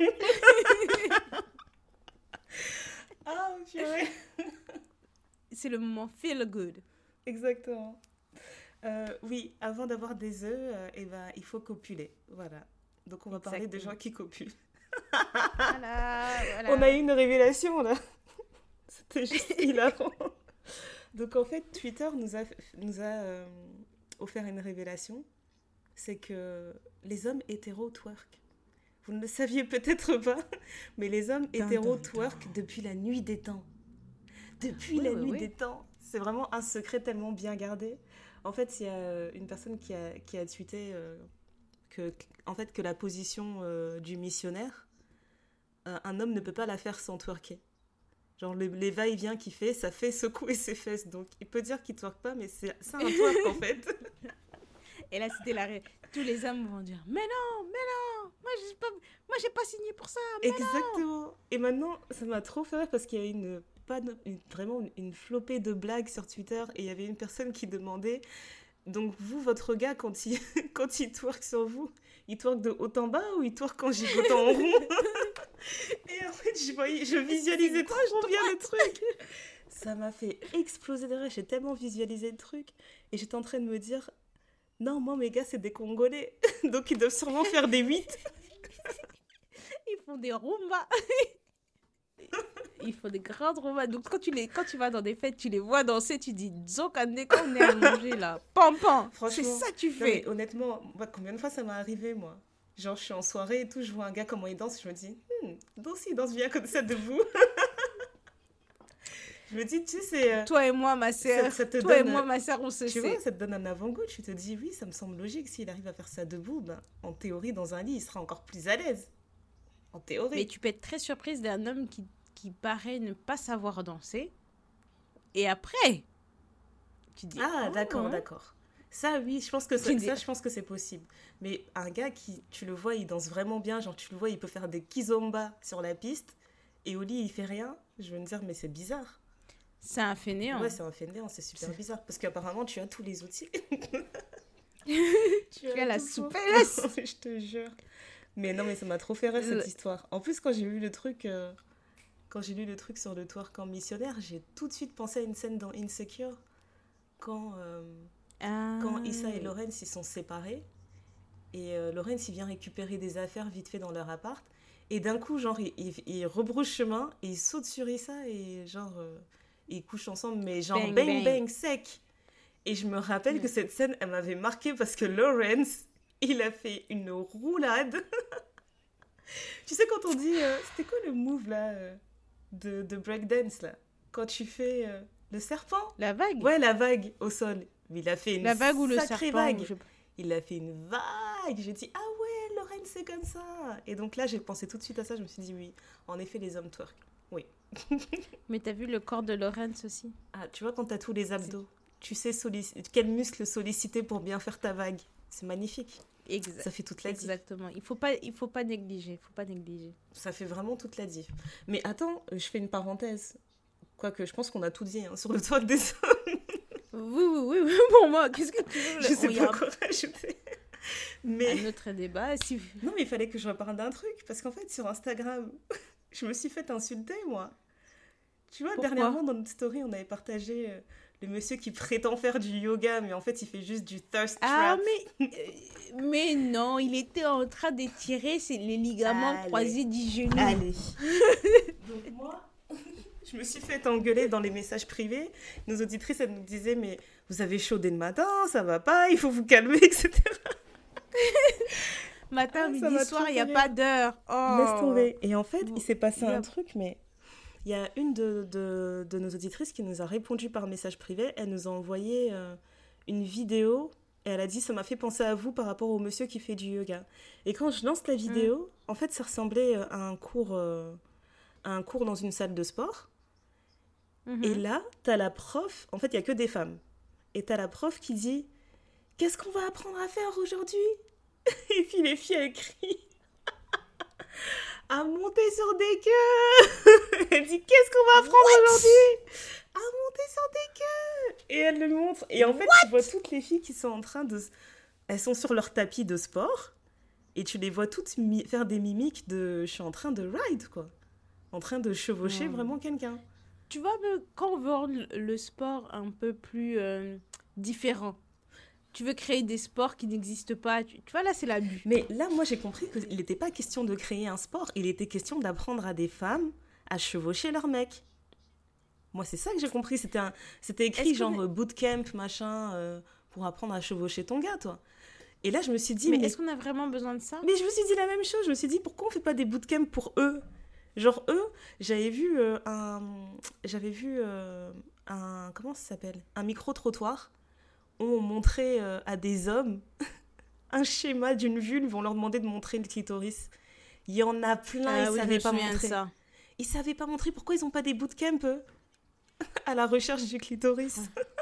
Ah, purée. C'est le moment feel good. Exactement. Euh, oui, avant d'avoir des œufs, euh, eh ben, il faut copuler. Voilà. Donc, on va Exactement. parler des gens qui copulent. Voilà, voilà. On a eu une révélation, là. C'était juste hilarant. Donc, en fait, Twitter nous a, nous a euh, offert une révélation. C'est que les hommes hétéros twerk. Vous ne le saviez peut-être pas, mais les hommes hétéros twerk depuis la nuit des temps. Depuis oui, la oui, nuit oui. des temps. C'est vraiment un secret tellement bien gardé. En fait, il y a une personne qui a, qui a tweeté euh, que, en fait, que la position euh, du missionnaire, euh, un homme ne peut pas la faire sans twerker. Genre, le, les va-et-vient qu'il fait, ça fait secouer ses fesses. Donc, il peut dire qu'il ne twerk pas, mais c'est, c'est un twerk, en fait. Et là, c'était la ré... Tous les hommes vont dire « Mais non, mais non, moi, j'ai pas, moi, j'ai pas signé pour ça, mais Exactement. Non !» Et maintenant, ça m'a trop fait rire parce qu'il y a une, pas de, une, vraiment une, une flopée de blagues sur Twitter et il y avait une personne qui demandait « Donc, vous, votre gars, quand il, quand il twerk sur vous, il twerk de haut en bas ou il twerk en gigotant en rond ?» Et en fait, je, voyais, je visualisais trop bien le truc. Ça m'a fait exploser de rire. J'ai tellement visualisé le truc. Et j'étais en train de me dire... Non, moi, mes gars, c'est des Congolais. Donc, ils doivent sûrement faire des huit. Ils font des rumbas. Ils font des grandes rumbas. Donc, quand tu, les, quand tu vas dans des fêtes, tu les vois danser, tu dis, Zokande, quand on est à manger, là. Pam, pam. C'est ça que tu fais. Non, mais honnêtement, moi, combien de fois ça m'est arrivé, moi? Genre, je suis en soirée et tout, je vois un gars, comment il danse, je me dis, hmm, danse, il danse bien comme ça debout. Je me dis, tu sais, c'est... Euh, toi et moi, ma sœur. Ça, ça toi donne, et moi, ma sœur, on se tu sait. Tu vois, ça te donne un avant-goût. Tu te dis, oui, ça me semble logique. S'il arrive à faire ça debout, ben, en théorie, dans un lit, il sera encore plus à l'aise. En théorie. Mais tu peux être très surprise d'un homme qui, qui paraît ne pas savoir danser. Et après, tu dis... Ah, oh, d'accord, hein. d'accord. Ça, oui, je pense que ça, ça, je pense que c'est possible. Mais un gars qui, tu le vois, il danse vraiment bien. Genre, tu le vois, il peut faire des kizomba sur la piste. Et au lit, il fait rien. Je vais me dire, mais c'est bizarre. C'est un fainéant. Ouais, c'est un fainéant, c'est super c'est... bizarre. Parce qu'apparemment, tu as tous les outils. tu, tu as, as la souplesse. Je te jure. Mais non, mais ça m'a trop fait rire, cette histoire. En plus, quand j'ai lu le truc... Euh, quand j'ai lu le truc sur le twerk en missionnaire, j'ai tout de suite pensé à une scène dans Insecure. Quand... Euh, Ah. Quand Issa et Lawrence ils sont séparés et euh, Lawrence il vient récupérer des affaires vite fait dans leur appart et d'un coup genre il, il, il rebrousse chemin et il saute sur Issa et genre euh, ils couchent ensemble mais genre bang bang, bang bang sec et je me rappelle ouais. que cette scène elle m'avait marquée parce que Lawrence il a fait une roulade. Tu sais quand on dit euh, c'était quoi le move là euh, de, de breakdance là quand tu fais euh, le serpent, la vague ouais la vague au sol. Mais il a fait une la vague ou le sacrée serpent, vague. Je... Il a fait une vague. J'ai dit, ah ouais, Lorraine, c'est comme ça. Et donc là, j'ai pensé tout de suite à ça. Je me suis dit, oui, en effet, les hommes twerk. Oui. Mais t'as vu le corps de Lawrence aussi? Ah, tu vois, quand t'as tous les abdos, tu sais sollic... quel muscle solliciter pour bien faire ta vague. C'est magnifique. Exact. Ça fait toute la diff. Exactement. Il faut pas, il faut pas négliger. Il faut pas négliger. Ça fait vraiment toute la diff. Mais attends, je fais une parenthèse. Quoique, je pense qu'on a tout dit hein, sur le twerk des hommes. Oui, oui, oui, oui, pour moi, qu'est-ce que tu veux? Je sais pas quoi rajouter. Mais... Un autre débat, si... Non, mais il fallait que je reparle d'un truc, parce qu'en fait, sur Instagram, je me suis fait insulter, moi. Tu vois, Pourquoi? Dernièrement, dans notre story, on avait partagé euh, le monsieur qui prétend faire du yoga, mais en fait, il fait juste du thirst trap. Ah, mais, euh, mais non, il était en train d'étirer les ligaments Allez. croisés du genou. Allez. Donc moi... Je me suis fait engueuler dans les messages privés. Nos auditrices, elles nous disaient, mais vous avez chaud dès le matin, ça va pas, il faut vous calmer, et cetera. Matin, ah, midi, soir, il n'y a pas d'heure. Oh. Laisse tomber. Et en fait, il s'est passé yeah. un truc, mais il y a une de, de, de nos auditrices qui nous a répondu par message privé. Elle nous a envoyé euh, une vidéo et elle a dit, ça m'a fait penser à vous par rapport au monsieur qui fait du yoga. Et quand je lance la vidéo, mm. en fait, ça ressemblait à un cours, euh, à un cours dans une salle de sport. Mmh. Et là, t'as la prof, en fait, il n'y a que des femmes. Et t'as la prof qui dit « Qu'est-ce qu'on va apprendre à faire aujourd'hui ?» Et puis les filles, elles crient « À monter sur des queues !» Elle dit « Qu'est-ce qu'on va apprendre What aujourd'hui ?»« À monter sur des queues !» Et elle le montre. Et en fait, What tu vois toutes les filles qui sont en train de... Elles sont sur leur tapis de sport. Et tu les vois toutes mi- faire des mimiques de « Je suis en train de ride, quoi. » En train de chevaucher mmh. vraiment quelqu'un. Tu vois, quand on veut rendre le sport un peu plus euh, différent, tu veux créer des sports qui n'existent pas, tu, tu vois, là, c'est l'abus. Mais là, moi, j'ai compris qu'il n'était pas question de créer un sport, il était question d'apprendre à des femmes à chevaucher leurs mecs. Moi, c'est ça que j'ai compris. C'était, un, c'était écrit genre que... bootcamp, machin, euh, pour apprendre à chevaucher ton gars, toi. Et là, je me suis dit... Mais, mais est-ce qu'on a vraiment besoin de ça ? Mais je me suis dit la même chose. Je me suis dit, pourquoi on ne fait pas des bootcamps pour eux ? Genre, eux, j'avais vu euh, un... J'avais vu euh, un... Comment ça s'appelle ? Un micro-trottoir où on montrait euh, à des hommes un schéma d'une vulve. On leur demandait de montrer le clitoris. Il y en a plein, ah, ils ne oui, savaient pas montrer. Ça. Ils ne savaient pas montrer. Pourquoi ils n'ont pas des bootcamps, eux ? À la recherche du clitoris.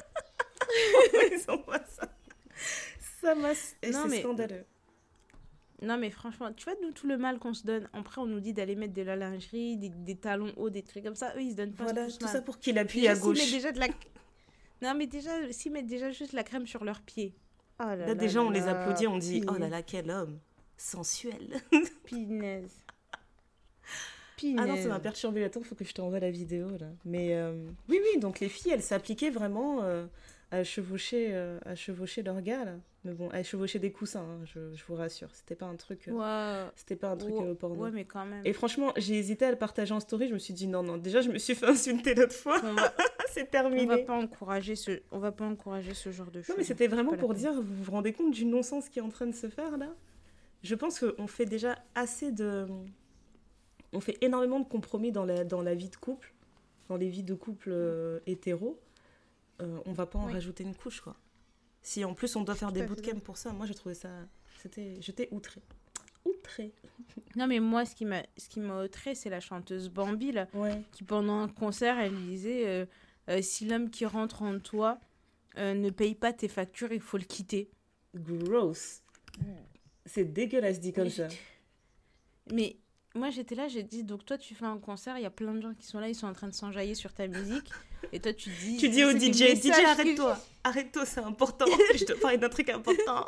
Ils n'ont pas ça. Ça m'a... Et non, c'est mais... scandaleux. Non, mais franchement, tu vois, nous, tout le mal qu'on se donne. Après, on nous dit d'aller mettre de la lingerie, des, des talons hauts, des trucs comme ça. Eux, ils se donnent pas voilà, tout ce tout mal. ça pour qu'il appuie déjà, à gauche. Déjà de la... Non, mais déjà, s'ils mettent déjà juste la crème sur leurs pieds. Oh là, là, déjà, là, on là, les applaudit, on dit, oh là là, quel homme sensuel. Pinaise. Pinaise. Ah non, ça m'a perturbé. Attends, il faut que je t'envoie la vidéo, là. Mais euh... oui, oui, donc les filles, elles s'appliquaient vraiment euh, à, chevaucher, euh, à chevaucher leur gars, là. Mais bon, à chevaucher des coussins, hein, je, je vous rassure. C'était pas un truc, euh, wow. c'était pas un truc wow. euh, porno. Ouais, mais quand même. Et franchement, j'ai hésité à le partager en story. Je me suis dit, non, non, déjà, je me suis fait insulter l'autre fois. Va... C'est terminé. On va pas encourager ce, on va pas encourager ce genre de choses. Non, mais c'était vraiment pour dire, vous vous rendez compte du non-sens qui est en train de se faire, là ? Je pense qu'on fait déjà assez de... On fait énormément de compromis dans la, dans la vie de couple. dans les vies de couple euh, hétéros, euh, on va pas en oui. rajouter une couche, quoi. Si en plus on doit faire Tout des bootcamps pour ça, moi j'ai trouvé ça... C'était... J'étais outrée. Outrée. Non mais moi, ce qui m'a, ce qui m'a outrée, c'est la chanteuse Bambi, là, ouais. qui pendant un concert, elle disait euh, euh, « Si l'homme qui rentre en toi euh, ne paye pas tes factures, il faut le quitter. » Gross. C'est dégueulasse dit comme mais ça. Mais moi j'étais là, j'ai dit donc toi tu fais un concert, il y a plein de gens qui sont là, ils sont en train de s'enjailler sur ta musique et toi tu dis tu dis au D J, D J arrête-toi, que... arrête-toi, c'est important, je te parle d'un truc important.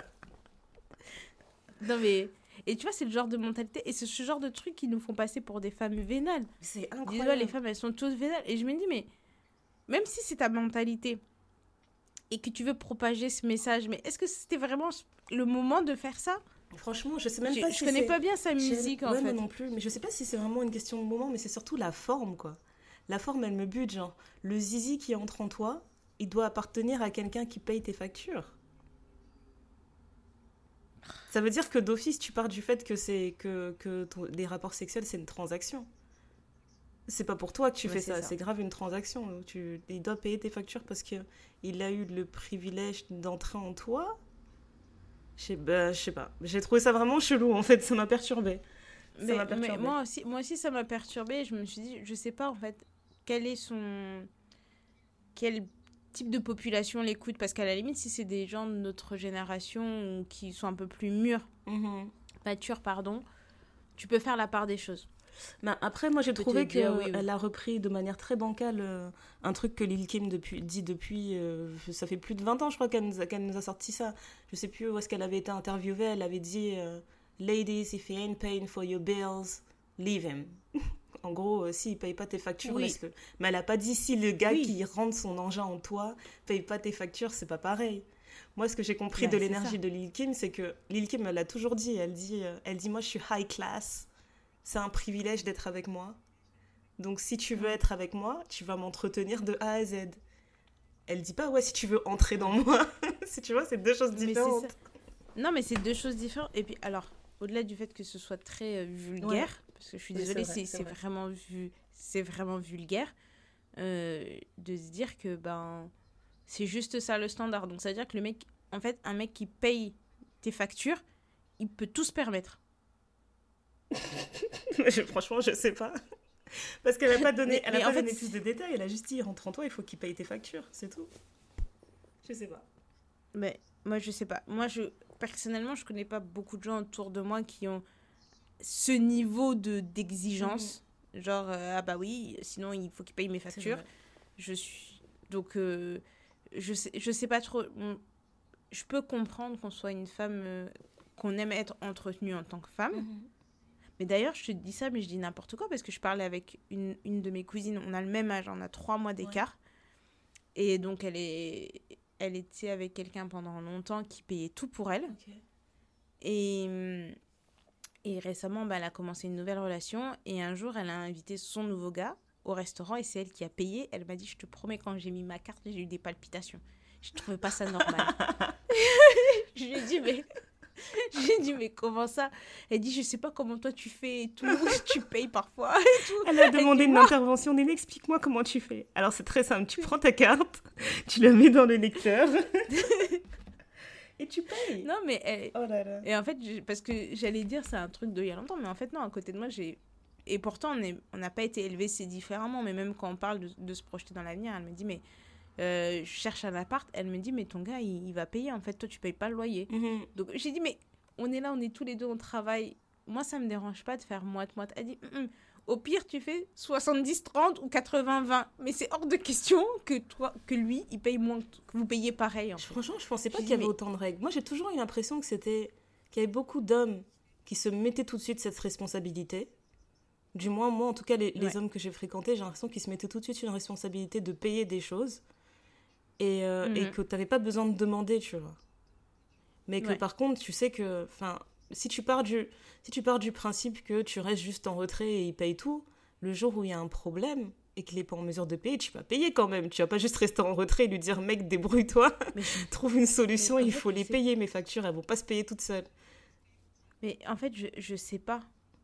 Non mais et tu vois c'est le genre de mentalité et c'est ce genre de trucs qui nous font passer pour des femmes vénales. C'est incroyable. Dis-toi, les femmes elles sont toutes vénales et je me dis mais même si c'est ta mentalité et que tu veux propager ce message, mais est-ce que c'était vraiment le moment de faire ça? Franchement, je sais même je, pas je si connais c'est... pas bien sa musique, en ouais, fait. Moi non plus, mais je sais pas si c'est vraiment une question de moment, mais c'est surtout la forme, quoi. La forme, elle me bute, genre, le zizi qui entre en toi, il doit appartenir à quelqu'un qui paye tes factures. Ça veut dire que d'office, tu pars du fait que, c'est, que, que ton, les rapports sexuels, c'est une transaction. C'est pas pour toi que tu ouais, fais c'est ça. ça, c'est grave une transaction. Tu, il doit payer tes factures parce qu'il a eu le privilège d'entrer en toi. Je sais, bah, je sais pas. J'ai trouvé ça vraiment chelou, en fait. Ça m'a perturbée. Ça mais, m'a perturbée. Mais moi aussi, moi aussi, ça m'a perturbée. Je me suis dit, je sais pas, en fait, quel est son... Quel type de population l'écoute. Parce qu'à la limite, si c'est des gens de notre génération ou qui sont un peu plus mûrs, mm-hmm. matures, pardon, tu peux faire la part des choses. Bah après, moi, j'ai trouvé qu'elle oui, oui. a repris de manière très bancale euh, un truc que Lil Kim depuis, dit depuis... Euh, ça fait plus de vingt ans, je crois, qu'elle nous, a, qu'elle nous a sorti ça. Je sais plus où est-ce qu'elle avait été interviewée. Elle avait dit euh, « Ladies, if he ain't paying for your bills, leave him. » En gros, euh, s'il ne paye pas tes factures, oui. laisse-le. Mais elle n'a pas dit si le gars oui. qui rentre son engin en toi ne paye pas tes factures, c'est pas pareil. Moi, ce que j'ai compris bah, de l'énergie de Lil Kim, c'est que Lil Kim, elle l'a toujours dit. Elle dit, euh, elle dit « Moi, je suis high class. » C'est un privilège d'être avec moi. Donc, si tu veux être avec moi, tu vas m'entretenir de A à Z. Elle dit pas, ouais, si tu veux entrer dans moi. Si tu vois, c'est deux choses différentes. Mais non, mais c'est deux choses différentes. Et puis, alors, au-delà du fait que ce soit très euh, vulgaire, ouais. parce que je suis désolée, c'est, vrai, c'est, c'est, c'est, vraiment, vu, c'est vraiment vulgaire, euh, de se dire que, ben, c'est juste ça le standard. Donc, ça veut dire que le mec, en fait, un mec qui paye tes factures, il peut tout se permettre. je, franchement, je sais pas. Parce qu'elle n'a pas donné, mais, elle a pas donné fait, plus de détails. Elle a juste dit, il rentre en toi, il faut qu'il paye tes factures. C'est tout. Je sais pas. Mais moi, je sais pas. Moi, je, personnellement, je connais pas beaucoup de gens autour de moi qui ont ce niveau de, d'exigence. Mmh. Genre, euh, ah bah oui, sinon, il faut qu'il paye mes factures. Je suis... Donc, euh, je, sais, je sais pas trop... Je peux comprendre qu'on soit une femme... Euh, qu'on aime être entretenue en tant que femme. Mmh. Mais d'ailleurs, je te dis ça, mais je dis n'importe quoi, parce que je parlais avec une, une de mes cousines, on a le même âge, on a trois mois d'écart. Ouais. Et donc, elle, est, elle était avec quelqu'un pendant longtemps qui payait tout pour elle. Okay. Et, et récemment, bah, elle a commencé une nouvelle relation. Et un jour, elle a invité son nouveau gars au restaurant et c'est elle qui a payé. Elle m'a dit, je te promets, quand j'ai mis ma carte, j'ai eu des palpitations. Je ne trouvais pas ça normal. Je lui ai dit, mais... J'ai dit, mais comment ça? Elle dit, je sais pas comment toi tu fais et tout, tu payes parfois et tout. Elle a demandé une intervention. Néné, explique-moi comment tu fais. Alors, c'est très simple. Tu prends ta carte, tu la mets dans le lecteur et tu payes. Non, mais... Elle... Oh là là. Et en fait, je... parce que j'allais dire, c'est un truc d'il y a longtemps, mais en fait, non, à côté de moi, j'ai... Et pourtant, on est... on n'a pas été élevés si différemment, mais même quand on parle de, de se projeter dans l'avenir, elle me dit, mais... Euh, je cherche un appart, elle me dit mais ton gars il, il va payer, en fait toi tu payes pas le loyer. Mm-hmm. Donc j'ai dit mais on est là, on est tous les deux, on travaille, moi ça me dérange pas de faire moite-moite. Elle dit au pire tu fais soixante-dix trente ou quatre-vingts vingt, mais c'est hors de question que toi que lui il paye moins, que vous payez pareil en fait. Franchement je pensais pas je qu'il y avait mais... autant de règles. Moi j'ai toujours eu l'impression que c'était qu'il y avait beaucoup d'hommes qui se mettaient tout de suite cette responsabilité. Du moins moi en tout cas les, les ouais. hommes que j'ai fréquentés, j'ai l'impression qu'ils se mettaient tout de suite une responsabilité de payer des choses. Et, euh, mmh. et que tu n'avais pas besoin de demander, tu vois. Mais que ouais. par contre, tu sais que... Si tu, pars du, si tu pars du principe que tu restes juste en retrait et il paye tout, le jour où il y a un problème et qu'il n'est pas en mesure de payer, tu vas payer quand même. Tu vas pas juste rester en retrait et lui dire « Mec, débrouille-toi, mais trouve une solution, il faut les c'est... payer, mes factures, elles vont pas se payer toutes seules. » Mais en fait, je, je sais pas.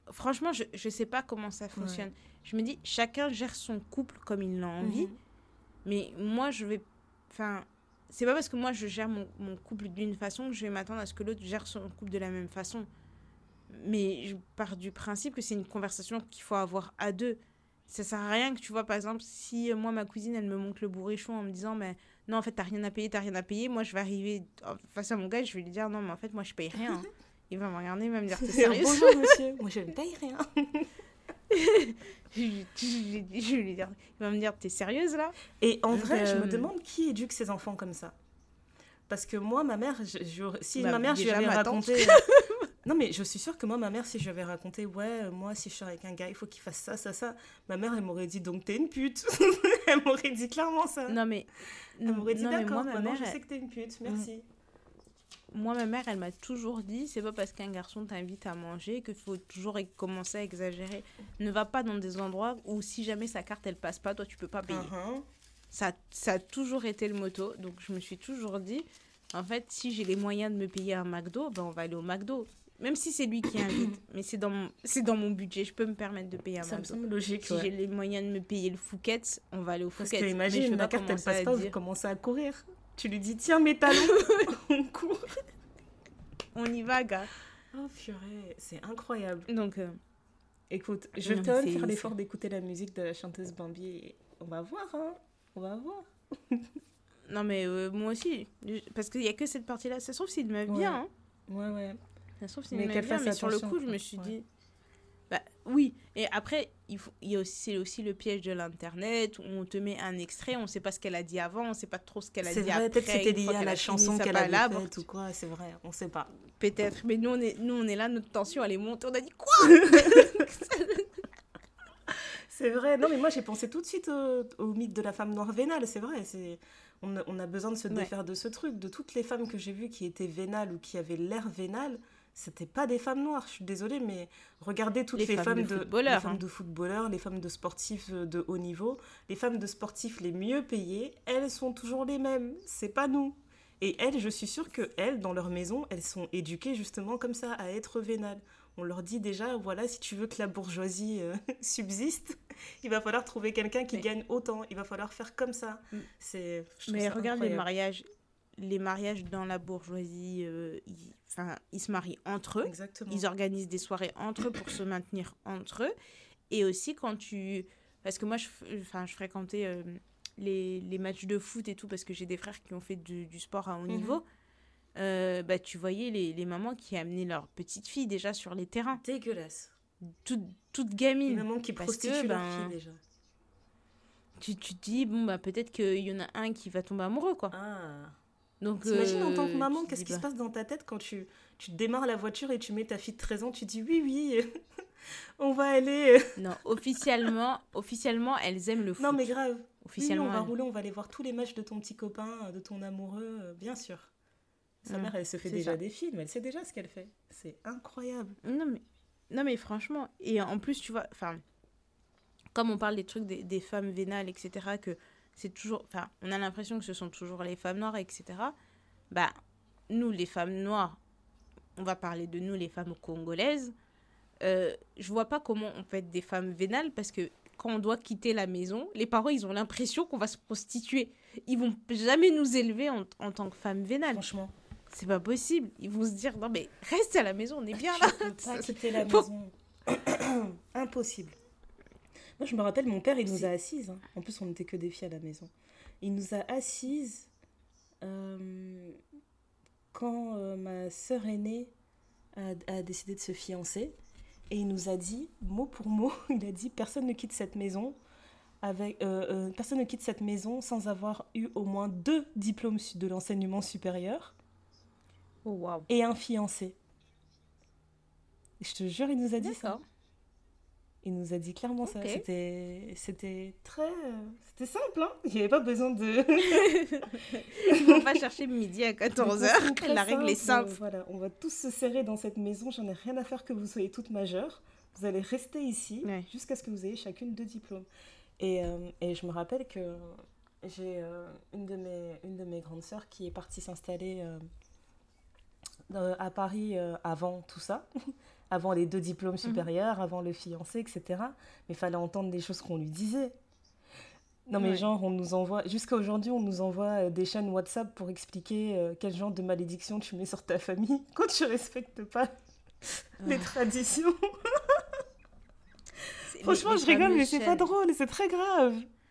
franchement, je ne sais pas comment ça fonctionne. Ouais. Je me dis, chacun gère son couple comme il l'a envie. Mm-hmm. Mais moi, je vais... Enfin, c'est pas parce que moi, je gère mon, mon couple d'une façon que je vais m'attendre à ce que l'autre gère son couple de la même façon. Mais je pars du principe que c'est une conversation qu'il faut avoir à deux. Ça sert à rien que, tu vois, par exemple, si moi, ma cousine, elle me montre le bourrichon en me disant, mais non, en fait, t'as rien à payer, t'as rien à payer. Moi, je vais arriver face à mon gars, je vais lui dire, non, mais en fait, moi, je paye rien. Hein. Il va me regarder, il va me dire, t'es sérieuse? Bonjour, monsieur. Moi, je ne paye rien. je, je, je, je vais lui dire, il va me dire, t'es sérieuse, là? Et en vrai, euh... je me demande qui éduque ses enfants comme ça. Parce que moi, ma mère, je, je, si bah, ma mère, je lui avais raconté... Non, mais je suis sûre que moi, ma mère, si je lui avais raconté, ouais, moi, si je suis avec un gars, il faut qu'il fasse ça, ça, ça, ma mère, elle m'aurait dit, donc t'es une pute. Elle m'aurait dit clairement ça. Non, mais... Elle m'aurait dit, non, d'accord, moi, ma mère, je elle... sais que t'es une pute, merci. Moi, ma mère, elle m'a toujours dit, c'est pas parce qu'un garçon t'invite à manger qu'il faut toujours commencer à exagérer. Ne va pas dans des endroits où, si jamais sa carte, elle passe pas, toi, tu peux pas payer. Uh-huh. Ça, ça a toujours été le motto. Donc, je me suis toujours dit, en fait, si j'ai les moyens de me payer un McDo, ben, on va aller au McDo. Même si c'est lui qui invite, mais c'est dans, mon, c'est dans mon budget, je peux me permettre de payer un ça McDo. Ça me semble logique, Si ouais. j'ai les moyens de me payer le Fouquet's, on va aller au Fouquet's. Parce que imagine, la carte, elle passe pas, vous commencez à courir. Tu lui dis, tiens, mes talons, on court. On y va, gars. Oh, purée, c'est incroyable. Donc, euh... écoute, je vais quand même faire l'effort d'écouter la musique de la chanteuse Bambi. Et on va voir, hein. On va voir. Non, mais euh, moi aussi. Parce qu'il n'y a que cette partie-là. Ça se trouve, c'est une meuf ouais. bien, hein. Ouais, ouais. Ça se trouve, c'est une meuf bien, mais sur le coup, je me suis ouais. dit... Bah, oui. Et après, il, faut, il y a aussi, c'est aussi le piège de l'Internet, où on te met un extrait, on ne sait pas ce qu'elle a dit avant, on ne sait pas trop ce qu'elle a c'est dit vrai, après. Peut-être que c'était lié à la chanson qu'elle avait là, faite ou quoi, c'est vrai, on ne sait pas. Peut-être, mais nous on, est, nous, on est là, notre tension, elle est montée, on a dit quoi? C'est vrai. Non, mais moi, j'ai pensé tout de suite au, au mythe de la femme noire vénale, c'est vrai. C'est... On, a, on a besoin de se défaire ouais. de ce truc. De toutes les femmes que j'ai vues qui étaient vénales ou qui avaient l'air vénales, c'était pas des femmes noires. Je suis désolée, mais regardez toutes les, les femmes, femmes de, de les femmes hein. de footballeurs, les femmes de sportifs de haut niveau, les femmes de sportifs les mieux payées, elles sont toujours les mêmes. C'est pas nous. Et elles, je suis sûre qu'elles, dans leur maison, elles sont éduquées justement comme ça, à être vénales. On leur dit déjà, voilà, si tu veux que la bourgeoisie euh, subsiste, il va falloir trouver quelqu'un qui mais... gagne autant. Il va falloir faire comme ça. C'est, mais regarde les mariages. Les mariages dans la bourgeoisie, euh, ils, ils se marient entre eux. Exactement. Ils organisent des soirées entre eux pour se maintenir entre eux. Et aussi quand tu... Parce que moi, je, je fréquentais euh, les, les matchs de foot et tout, parce que j'ai des frères qui ont fait du, du sport à haut mm-hmm. niveau. Euh, bah, tu voyais les, les mamans qui amenaient leurs petites filles déjà sur les terrains. Dégueulasse. Toutes toute gamines. Les mamans qui prostituent que, leurs ben, filles déjà. Tu, tu te dis, bon, bah, peut-être qu'il y en a un qui va tomber amoureux, quoi. Ah. Donc, t'imagines euh, en tant que maman, qu'est-ce dis, qui bah... se passe dans ta tête quand tu, tu démarres la voiture et tu mets ta fille de treize ans, tu dis oui, oui, on va aller... Non, officiellement, officiellement, elles aiment le foot. Non, mais grave. Officiellement, oui, on va elles... rouler, on va aller voir tous les matchs de ton petit copain, de ton amoureux, euh, bien sûr. Sa mmh, mère, elle se fait déjà ça. Des films, elle sait déjà ce qu'elle fait. C'est incroyable. Non, mais, non, mais franchement, et en plus, tu vois, enfin, comme on parle des trucs des, des femmes vénales, et cetera, que c'est toujours, enfin, on a l'impression que ce sont toujours les femmes noires, et cetera. Bah, nous, les femmes noires, on va parler de nous, les femmes congolaises, euh, je vois pas comment on peut être des femmes vénales, parce que quand on doit quitter la maison, les parents, ils ont l'impression qu'on va se prostituer. Ils vont jamais nous élever en, en tant que femmes vénales. Franchement. C'est pas possible. Ils vont se dire, non mais reste à la maison, on est bien là. Je peux pas quitter la maison. Impossible. Moi, je me rappelle, mon père, il nous a assises. Hein. En plus, on n'était que des filles à la maison. Il nous a assises euh, quand euh, ma sœur aînée a, a décidé de se fiancer. Et il nous a dit, mot pour mot, il a dit, personne ne quitte cette maison, avec, euh, euh, personne ne quitte cette maison sans avoir eu au moins deux diplômes de l'enseignement supérieur. Oh, wow. Et un fiancé. Et je te jure, il nous a dit D'accord. ça. Il nous a dit clairement okay. ça. C'était, c'était très... C'était simple, hein. Il n'y avait pas besoin de... Ils ne vont pas chercher midi à quatorze heures. La règle est simple. Euh, voilà, on va tous se serrer dans cette maison. J'en ai rien à faire que vous soyez toutes majeures. Vous allez rester ici ouais. jusqu'à ce que vous ayez chacune deux diplômes. Et, euh, et je me rappelle que j'ai euh, une, de mes, une de mes grandes sœurs qui est partie s'installer... Euh, Euh, à Paris euh, avant tout ça, avant les deux diplômes supérieurs, mmh. avant le fiancé, et cetera. Mais il fallait entendre les choses qu'on lui disait. Non, mais ouais. genre, on nous envoie... Jusqu'à aujourd'hui, on nous envoie des chaînes WhatsApp pour expliquer euh, quel genre de malédiction tu mets sur ta famille quand tu respectes pas les traditions. Franchement, les, les je rigole, mais c'est pas drôle, c'est très grave.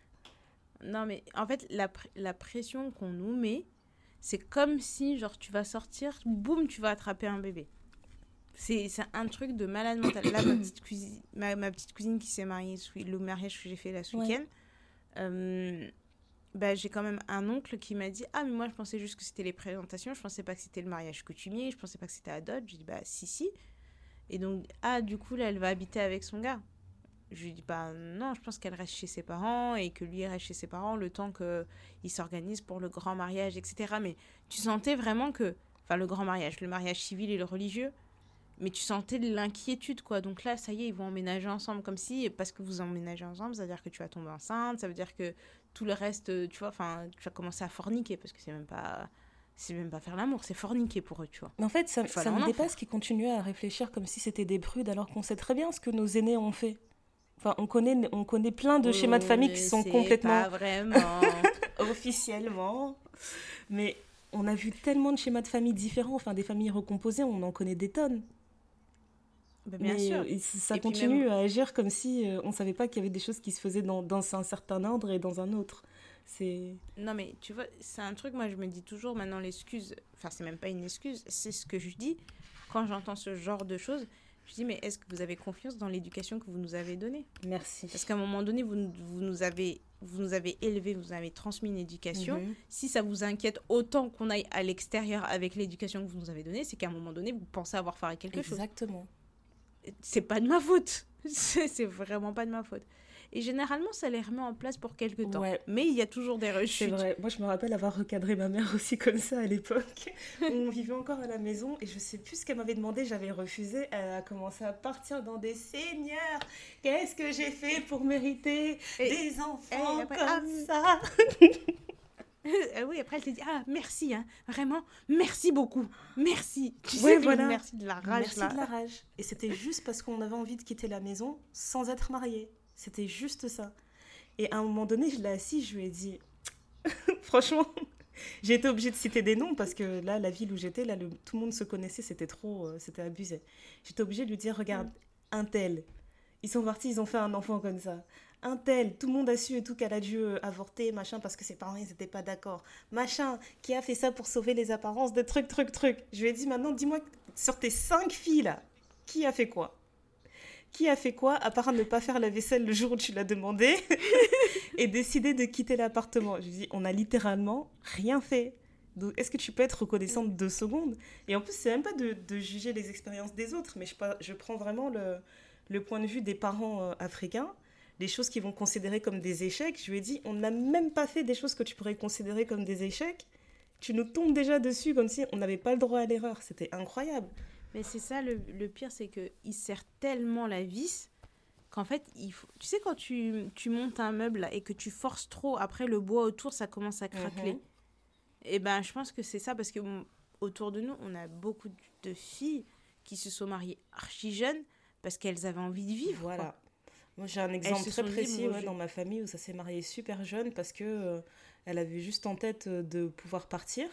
Non, mais en fait, la, pr- la pression qu'on nous met, c'est comme si, genre, tu vas sortir, boum, tu vas attraper un bébé. C'est, c'est un truc de malade mental. Là, ma petite cousine, ma, ma petite cousine qui s'est mariée, le mariage que j'ai fait là ce week-end, ouais. euh, bah, j'ai quand même un oncle qui m'a dit « Ah, mais moi, je pensais juste que c'était les présentations, je pensais pas que c'était le mariage coutumier, je pensais pas que c'était à dot. » J'ai dit « Bah, si, si. » Et donc, ah, du coup, là, elle va habiter avec son gars. Je lui dis bah non, je pense qu'elle reste chez ses parents et que lui reste chez ses parents le temps qu'il s'organise pour le grand mariage, et cetera. Mais tu sentais vraiment que, enfin le grand mariage, le mariage civil et le religieux, mais tu sentais de l'inquiétude quoi. Donc là, ça y est, ils vont emménager ensemble comme si, parce que vous emménagez ensemble, ça veut dire que tu vas tomber enceinte, ça veut dire que tout le reste, tu vois, enfin tu vas commencer à forniquer parce que c'est même pas... C'est même pas faire l'amour, c'est forniquer pour eux, tu vois. En fait, ça, ça me dépasse qu'ils continuent à réfléchir comme si c'était des prudes alors qu'on sait très bien ce que nos aînés ont fait. Enfin, on connaît, on connaît plein de schémas de famille qui sont complètement... pas vraiment. Officiellement. Mais on a vu tellement de schémas de famille différents, enfin des familles recomposées, on en connaît des tonnes. Ben, bien Mais sûr. Euh, ça et continue même... à agir comme si euh, on ne savait pas qu'il y avait des choses qui se faisaient dans, dans un certain ordre et dans un autre. C'est... Non mais tu vois, c'est un truc, moi je me dis toujours maintenant l'excuse, enfin c'est même pas une excuse, c'est ce que je dis quand j'entends ce genre de choses. Je dis, mais est-ce que vous avez confiance dans l'éducation que vous nous avez donnée ? Merci. Parce qu'à un moment donné, vous, vous, nous avez, vous nous avez élevés, vous nous avez transmis une éducation. Mm-hmm. Si ça vous inquiète autant qu'on aille à l'extérieur avec l'éducation que vous nous avez donnée, c'est qu'à un moment donné, vous pensez avoir fait quelque chose. Exactement. C'est pas de ma faute. C'est, c'est vraiment pas de ma faute. Et généralement, ça les remet en place pour quelques temps. Ouais. Mais il y a toujours des rechutes. C'est vrai. Moi, je me rappelle avoir recadré ma mère aussi comme ça à l'époque. On vivait encore à la maison et je sais plus ce qu'elle m'avait demandé. J'avais refusé. Elle a commencé à partir dans des seigneurs. Qu'est-ce que j'ai fait pour mériter et, des enfants et après, comme ah, ça euh, oui, après elle te dit ah merci hein, vraiment merci beaucoup, merci. Tu ouais, sais voilà. Merci de la rage merci là. de la rage. Et c'était juste parce qu'on avait envie de quitter la maison sans être mariés. C'était juste ça. Et à un moment donné, je l'ai assis, je lui ai dit... Franchement, j'ai été obligée de citer des noms parce que là, la ville où j'étais, là, le... tout le monde se connaissait, c'était trop... Euh, c'était abusé. J'étais obligée de lui dire, regarde, un tel, ils sont partis, ils ont fait un enfant comme ça. Un tel, tout le monde a su et tout qu'elle a dû euh, avorter, machin, parce que ses parents, ils n'étaient pas d'accord. Machin, qui a fait ça pour sauver les apparences, des trucs, trucs, trucs. Je lui ai dit, maintenant, dis-moi, sur tes cinq filles, là, qui a fait quoi ? Qui a fait quoi, à part ne pas faire la vaisselle le jour où tu l'as demandé et décider de quitter l'appartement. Je lui dis, on a littéralement rien fait. Donc, est-ce que tu peux être reconnaissante deux secondes ? Et en plus, c'est même pas de, de juger les expériences des autres, mais je, je prends vraiment le, le point de vue des parents euh, africains, les choses qu'ils vont considérer comme des échecs. Je lui ai dit, on n'a même pas fait des choses que tu pourrais considérer comme des échecs. Tu nous tombes déjà dessus comme si on n'avait pas le droit à l'erreur. C'était incroyable. Mais c'est ça, le, le pire, c'est qu'il serre tellement la vis qu'en fait, il faut... tu sais, quand tu, tu montes un meuble là, et que tu forces trop, après le bois autour, ça commence à craqueler. Mm-hmm. Et ben, je pense que c'est ça, parce que bon, autour de nous, on a beaucoup de filles qui se sont mariées archi jeunes parce qu'elles avaient envie de vivre. Voilà. Quoi. Moi, j'ai un exemple très précis dit, ouais, je... dans ma famille où ça s'est marié super jeune parce qu'elle euh, avait juste en tête de pouvoir partir.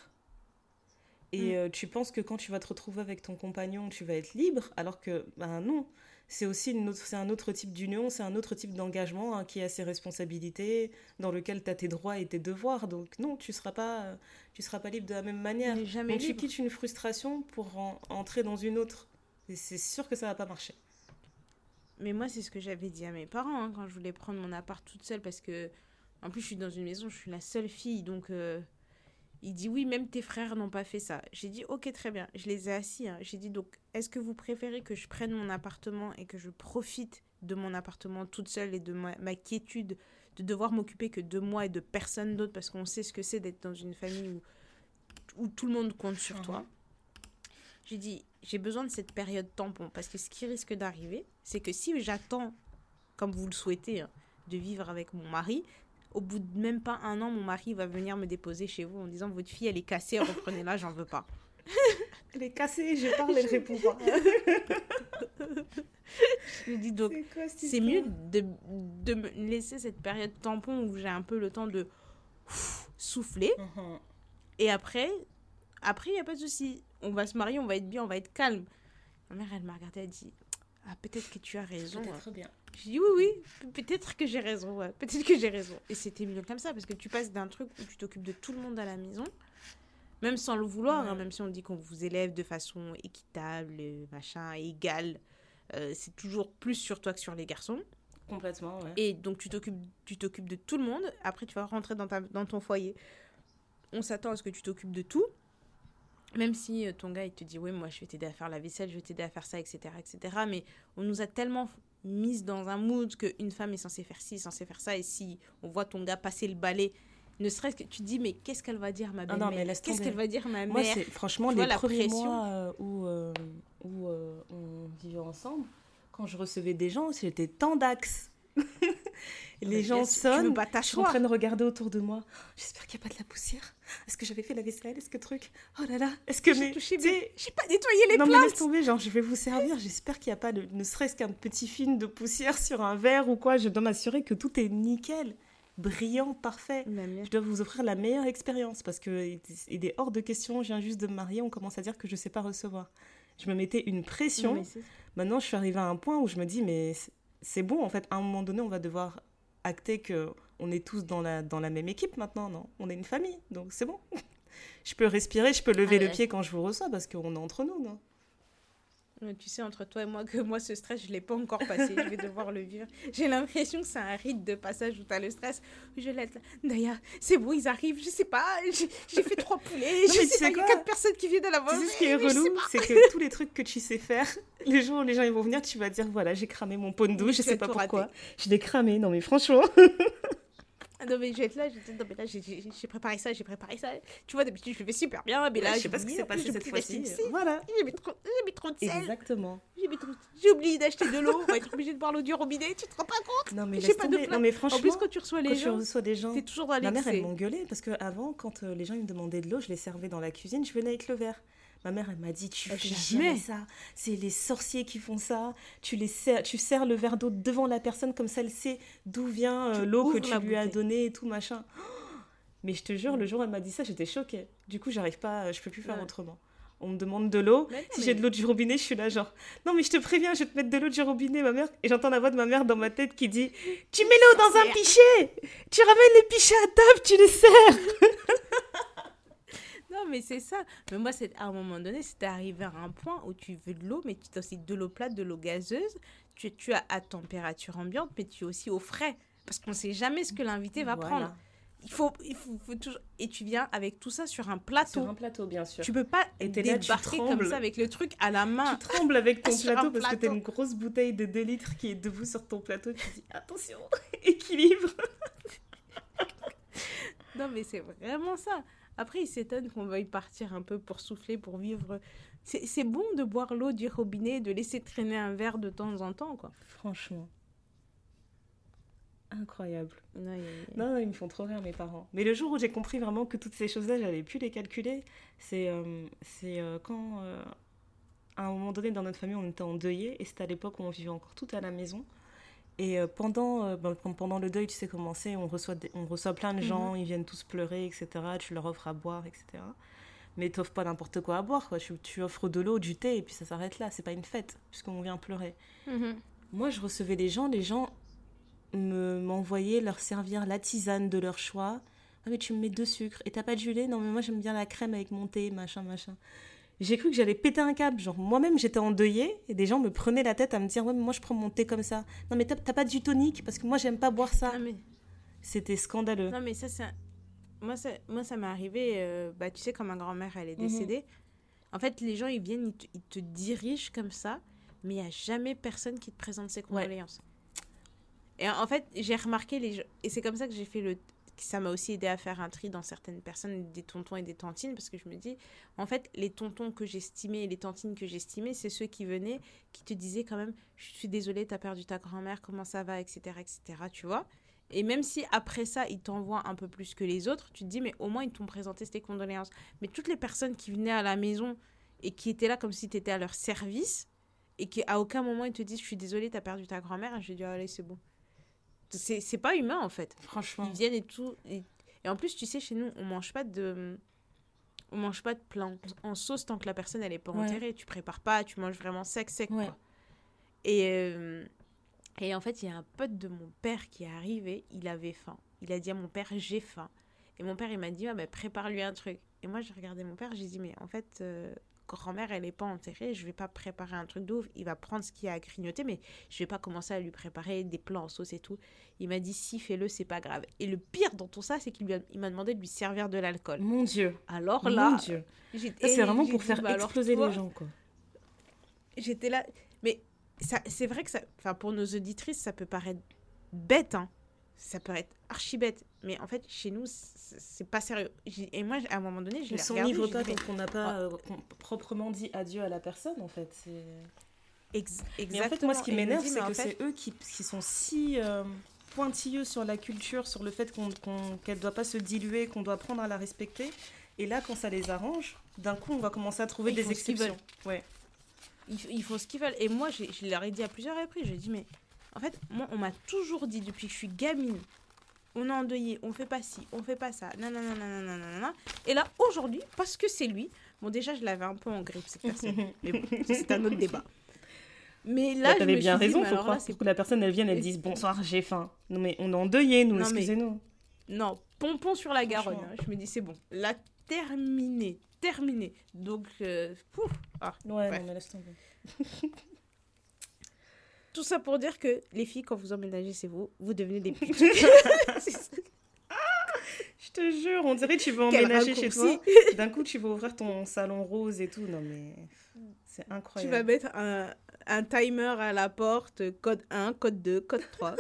Et euh, tu penses que quand tu vas te retrouver avec ton compagnon, tu vas être libre, alors que, ben non, c'est aussi une autre, c'est un autre type d'union, c'est un autre type d'engagement hein, qui a ses responsabilités, dans lequel tu as tes droits et tes devoirs. Donc non, tu ne seras pas, tu seras pas libre de la même manière. Jamais Donc libre. tu quittes une frustration pour en, entrer dans une autre. Et c'est sûr que ça ne va pas marcher. Mais moi, c'est ce que j'avais dit à mes parents hein, quand je voulais prendre mon appart toute seule, parce que, en plus, je suis dans une maison, je suis la seule fille, donc... Euh... Il dit, oui, même tes frères n'ont pas fait ça. J'ai dit, ok, très bien. Je les ai assis. Hein. J'ai dit, donc, est-ce que vous préférez que je prenne mon appartement et que je profite de mon appartement toute seule et de ma, ma quiétude, de devoir m'occuper que de moi et de personne d'autre, parce qu'on sait ce que c'est d'être dans une famille où, où tout le monde compte sur uh-huh. toi. J'ai dit, j'ai besoin de cette période tampon, parce que ce qui risque d'arriver, c'est que si j'attends, comme vous le souhaitez, hein, de vivre avec mon mari... Au bout de même pas un an, mon mari va venir me déposer chez vous en disant « Votre fille, elle est cassée, reprenez-la, j'en veux pas. » Elle est cassée, je parle, elle répond pas. Je me dis donc, c'est, c'est mieux de, de me laisser cette période tampon où j'ai un peu le temps de ouf, souffler. Mm-hmm. Et après, après, il n'y a pas de souci. On va se marier, on va être bien, on va être calme. Ma mère, elle m'a regardée, elle dit, ah, peut-être que tu as raison. Peut-être bien. Je dis, oui, oui, peut-être que j'ai raison, ouais. Peut-être que j'ai raison. Et c'était mieux comme ça, parce que tu passes d'un truc où tu t'occupes de tout le monde à la maison, même sans le vouloir, ouais. hein, même si on dit qu'on vous élève de façon équitable, machin, égale. Euh, c'est toujours plus sur toi que sur les garçons. Complètement, ouais. Et donc, tu t'occupes, tu t'occupes de tout le monde. Après, tu vas rentrer dans, ta, dans ton foyer. On s'attend à ce que tu t'occupes de tout. Même si ton gars, il te dit, oui, moi, je vais t'aider à faire la vaisselle, je vais t'aider à faire ça, et cetera, et cetera. Mais on nous a tellement mis dans un mood qu'une femme est censée faire ci, censée faire ça. Et si on voit ton gars passer le balai, ne serait-ce que tu te dis, mais qu'est-ce qu'elle va dire, ma belle-mère? Ah non, mais laisse Qu'est-ce tomber. Qu'elle va dire, ma Moi, mère? c'est, franchement, tu les vois, premiers mois euh, où, euh, où euh, on vivait ensemble, quand je recevais des gens, j'étais tant d'axes. Les mais gens sonnent, je suis en train de regarder autour de moi. J'espère qu'il n'y a pas de la poussière. Est-ce que j'avais fait la vaisselle? Est-ce que truc? Oh là là, est-ce que... J'ai touché, mais... J'ai pas nettoyé les non, plantes. Non mais laisse tomber, genre je vais vous servir. J'espère qu'il n'y a pas de, ne serait-ce qu'un petit film de poussière sur un verre ou quoi. Je dois m'assurer que tout est nickel, brillant, parfait. Je dois vous offrir la meilleure expérience parce qu'il est hors de question, je viens juste de me marier, on commence à dire que je ne sais pas recevoir. Je me mettais une pression. Non, maintenant, je suis arrivée à un point où je me dis, mais c'est bon, en fait, à un moment donné, on va devoir acter qu'on est tous dans la, dans la même équipe maintenant, non? On est une famille, donc c'est bon. Je peux respirer, je peux lever ah ouais. le pied quand je vous reçois parce qu'on est entre nous, non? Tu sais, entre toi et moi, que moi, ce stress, je ne l'ai pas encore passé. Je vais devoir le vivre. J'ai l'impression que c'est un rite de passage où tu as le stress. Où je l'aide là. D'ailleurs, c'est bon, ils arrivent. Je ne sais pas. J'ai, j'ai fait trois poulets. Non, je sais pas, il y a quatre personnes qui viennent à la voix. Tu sais ce qui est relou? C'est que tous les trucs que tu sais faire, les jours où les gens ils vont venir, tu vas dire, voilà, j'ai cramé mon pot de douche. Je ne sais pas pourquoi. Raté. Je l'ai cramé. Non, mais franchement... Non mais je vais être là, je vais non mais là j'ai, j'ai, j'ai préparé ça, j'ai préparé ça. Tu vois, d'habitude je le fais super bien, mais là ouais, je sais pas ce qui s'est passé cette fois-ci. Voilà. J'ai mis trop, j'ai mis trop de sel. Exactement. J'ai, mis trop... j'ai oublié d'acheter de l'eau, on va être obligé de boire l'eau du robinet, tu te rends pas compte? Non mais laisse tomber. Non mais franchement. En plus quand tu reçois les quand gens, tu reçois des gens, t'es toujours dans l'excès. Ma mère elle m'engueulait parce que avant quand euh, les gens ils me demandaient de l'eau, je les servais dans la cuisine, je venais avec le verre. Ma mère, elle m'a dit, tu fais jamais ça. C'est les sorciers qui font ça. Tu, les sers, tu sers le verre d'eau devant la personne, comme ça, elle sait d'où vient euh, l'eau que tu lui bouteille. as donnée et tout, machin. Mais je te jure, le jour où elle m'a dit ça, j'étais choquée. Du coup, j'arrive pas, je peux plus faire ouais. autrement. On me demande de l'eau. Mais non, si mais... j'ai de l'eau du robinet, je suis là genre, non, mais je te préviens, je vais te mettre de l'eau du robinet, ma mère. Et j'entends la voix de ma mère dans ma tête qui dit, tu mets l'eau dans un pichet. Tu ramènes les pichets à table, tu les sers. Non, mais c'est ça. Mais moi, c'est, à un moment donné, c'était arrivé à un point où tu veux de l'eau, mais tu as aussi de l'eau plate, de l'eau gazeuse. Tu, tu as à température ambiante, mais tu es aussi au frais. Parce qu'on ne sait jamais ce que l'invité va voilà. prendre. Il faut, il faut, faut toujours... Et tu viens avec tout ça sur un plateau. Sur un plateau, bien sûr. Tu ne peux pas et débarquer là, comme ça avec le truc à la main. Tu trembles avec ton plateau parce plateau. que tu as une grosse bouteille de deux litres qui est debout sur ton plateau. Tu dis, attention, équilibre. Non, mais c'est vraiment ça. Après, ils s'étonnent qu'on veuille partir un peu pour souffler, pour vivre. C'est, c'est bon de boire l'eau du robinet et de laisser traîner un verre de temps en temps, quoi. Franchement. Incroyable. Non, y a... non, non, ils me font trop rire, mes parents. Mais le jour où j'ai compris vraiment que toutes ces choses-là, j'allais plus les calculer, c'est, euh, c'est euh, quand, euh, à un moment donné, dans notre famille, on était endeuillés, et c'était à l'époque où on vivait encore tout à la maison. Et euh, pendant, euh, ben, pendant le deuil, tu sais comment c'est, on reçoit, des, on reçoit plein de gens, mm-hmm. ils viennent tous pleurer, et cetera. Tu leur offres à boire, et cetera. Mais tu n'offres pas n'importe quoi à boire, quoi. Tu, tu offres de l'eau, du thé, et puis ça s'arrête là. C'est pas une fête, puisqu'on vient pleurer. Mm-hmm. Moi, je recevais des gens, les gens me, m'envoyaient leur servir la tisane de leur choix. Ah, mais tu me mets deux sucres. Et t'as pas de gelée? Non, mais moi, j'aime bien la crème avec mon thé, machin, machin. J'ai cru que j'allais péter un câble. Genre, moi-même, j'étais endeuillée et des gens me prenaient la tête à me dire « Ouais, mais moi, je prends mon thé comme ça. » Non, mais t'as, t'as pas de jus tonique parce que moi, j'aime pas boire ça. Non, mais... C'était scandaleux. Non, mais ça, c'est... Moi, ça, moi, ça m'est arrivé... Euh, bah, tu sais, quand ma grand-mère, elle est décédée, mm-hmm. en fait, les gens, ils viennent, ils te, ils te dirigent comme ça, mais il n'y a jamais personne qui te présente ses condoléances. Ouais. Et en fait, j'ai remarqué les gens... Et c'est comme ça que j'ai fait le... Ça m'a aussi aidé à faire un tri dans certaines personnes, des tontons et des tantines, parce que je me dis, en fait, les tontons que j'estimais et les tantines que j'estimais, c'est ceux qui venaient, qui te disaient quand même, je suis désolée, t'as perdu ta grand-mère, comment ça va, et cetera, et cetera, tu vois. Et même si après ça, ils t'envoient un peu plus que les autres, tu te dis, mais au moins, ils t'ont présenté tes condoléances. Mais toutes les personnes qui venaient à la maison et qui étaient là comme si tu étais à leur service et qu'à aucun moment ils te disent « Je suis désolée, t'as perdu ta grand-mère ». J'ai dit « Allez, c'est bon ». C'est, c'est pas humain, en fait. Franchement. Ils viennent et tout. Et, et en plus, tu sais, chez nous, on mange pas de... On mange pas de plat en sauce tant que la personne, elle est pas ouais. enterrée. Tu prépares pas, tu manges vraiment sec, sec, ouais. quoi. Et, euh, et en fait, il y a un pote de mon père qui est arrivé. Il avait faim. Il a dit à mon père « J'ai faim ». Et mon père, il m'a dit ah, « bah, prépare-lui un truc ». Et moi, j'ai regardé mon père, j'ai dit « Mais en fait... Euh, grand-mère, elle n'est pas enterrée, je vais pas préparer un truc d'ouf, il va prendre ce qu'il y a à grignoter, mais je vais pas commencer à lui préparer des plats en sauce et tout. » Il m'a dit, si, fais-le, c'est pas grave. Et le pire dans tout ça, c'est qu'il lui a, il m'a demandé de lui servir de l'alcool. Mon Dieu. Alors là... Mon Dieu. Ça, c'est vraiment pour dit, faire bah, exploser toi, les gens, quoi. J'étais là... Mais ça, c'est vrai que ça... Enfin, pour nos auditrices, ça peut paraître bête, hein. Ça peut être archi bête. Mais en fait, chez nous, c'est, c'est pas sérieux. J'ai, et moi, à un moment donné, je l'ai regardé. On s'enivre pas tant qu'on n'a pas euh, proprement dit adieu à la personne, en fait. C'est... Ex- exactement. Mais en fait, moi, ce qui m'énerve, dit, c'est que fait... c'est eux qui, qui sont si euh, pointilleux sur la culture, sur le fait qu'on, qu'on, qu'elle ne doit pas se diluer, qu'on doit apprendre à la respecter. Et là, quand ça les arrange, d'un coup, on va commencer à trouver ils des exceptions. Ouais. Ils, ils font ce qu'ils veulent. Et moi, j'ai, je leur ai dit à plusieurs reprises, j'ai dit, mais en fait, moi, on m'a toujours dit, depuis que je suis gamine, on est endeuillé, on fait pas ci, on fait pas ça, nanana, nanana, nanana. Et là, aujourd'hui, parce que c'est lui, bon, déjà, je l'avais un peu en grippe, cette personne, mais bon, c'est un autre débat. Mais là, bah, t'avais je me bien suis raison, dit, faut croire là, que la personne, elle vienne, elle dise, bonsoir, j'ai faim. Non, mais on est endeuillé, nous, non, excusez-nous. Mais... Non, pompon sur la Garonne, hein. Je me dis, c'est bon, là, terminé, terminé. Donc, euh, pouf, ah, ouais, bref. Non, mais laisse tomber. Tout ça pour dire que les filles, quand vous emménagez, c'est vous, vous devenez des putes. Je te jure, on dirait que tu veux emménager chez toi. D'un coup, tu vas ouvrir ton salon rose et tout. Non, mais c'est incroyable. Tu vas mettre un, un timer à la porte, code un, code deux, code trois.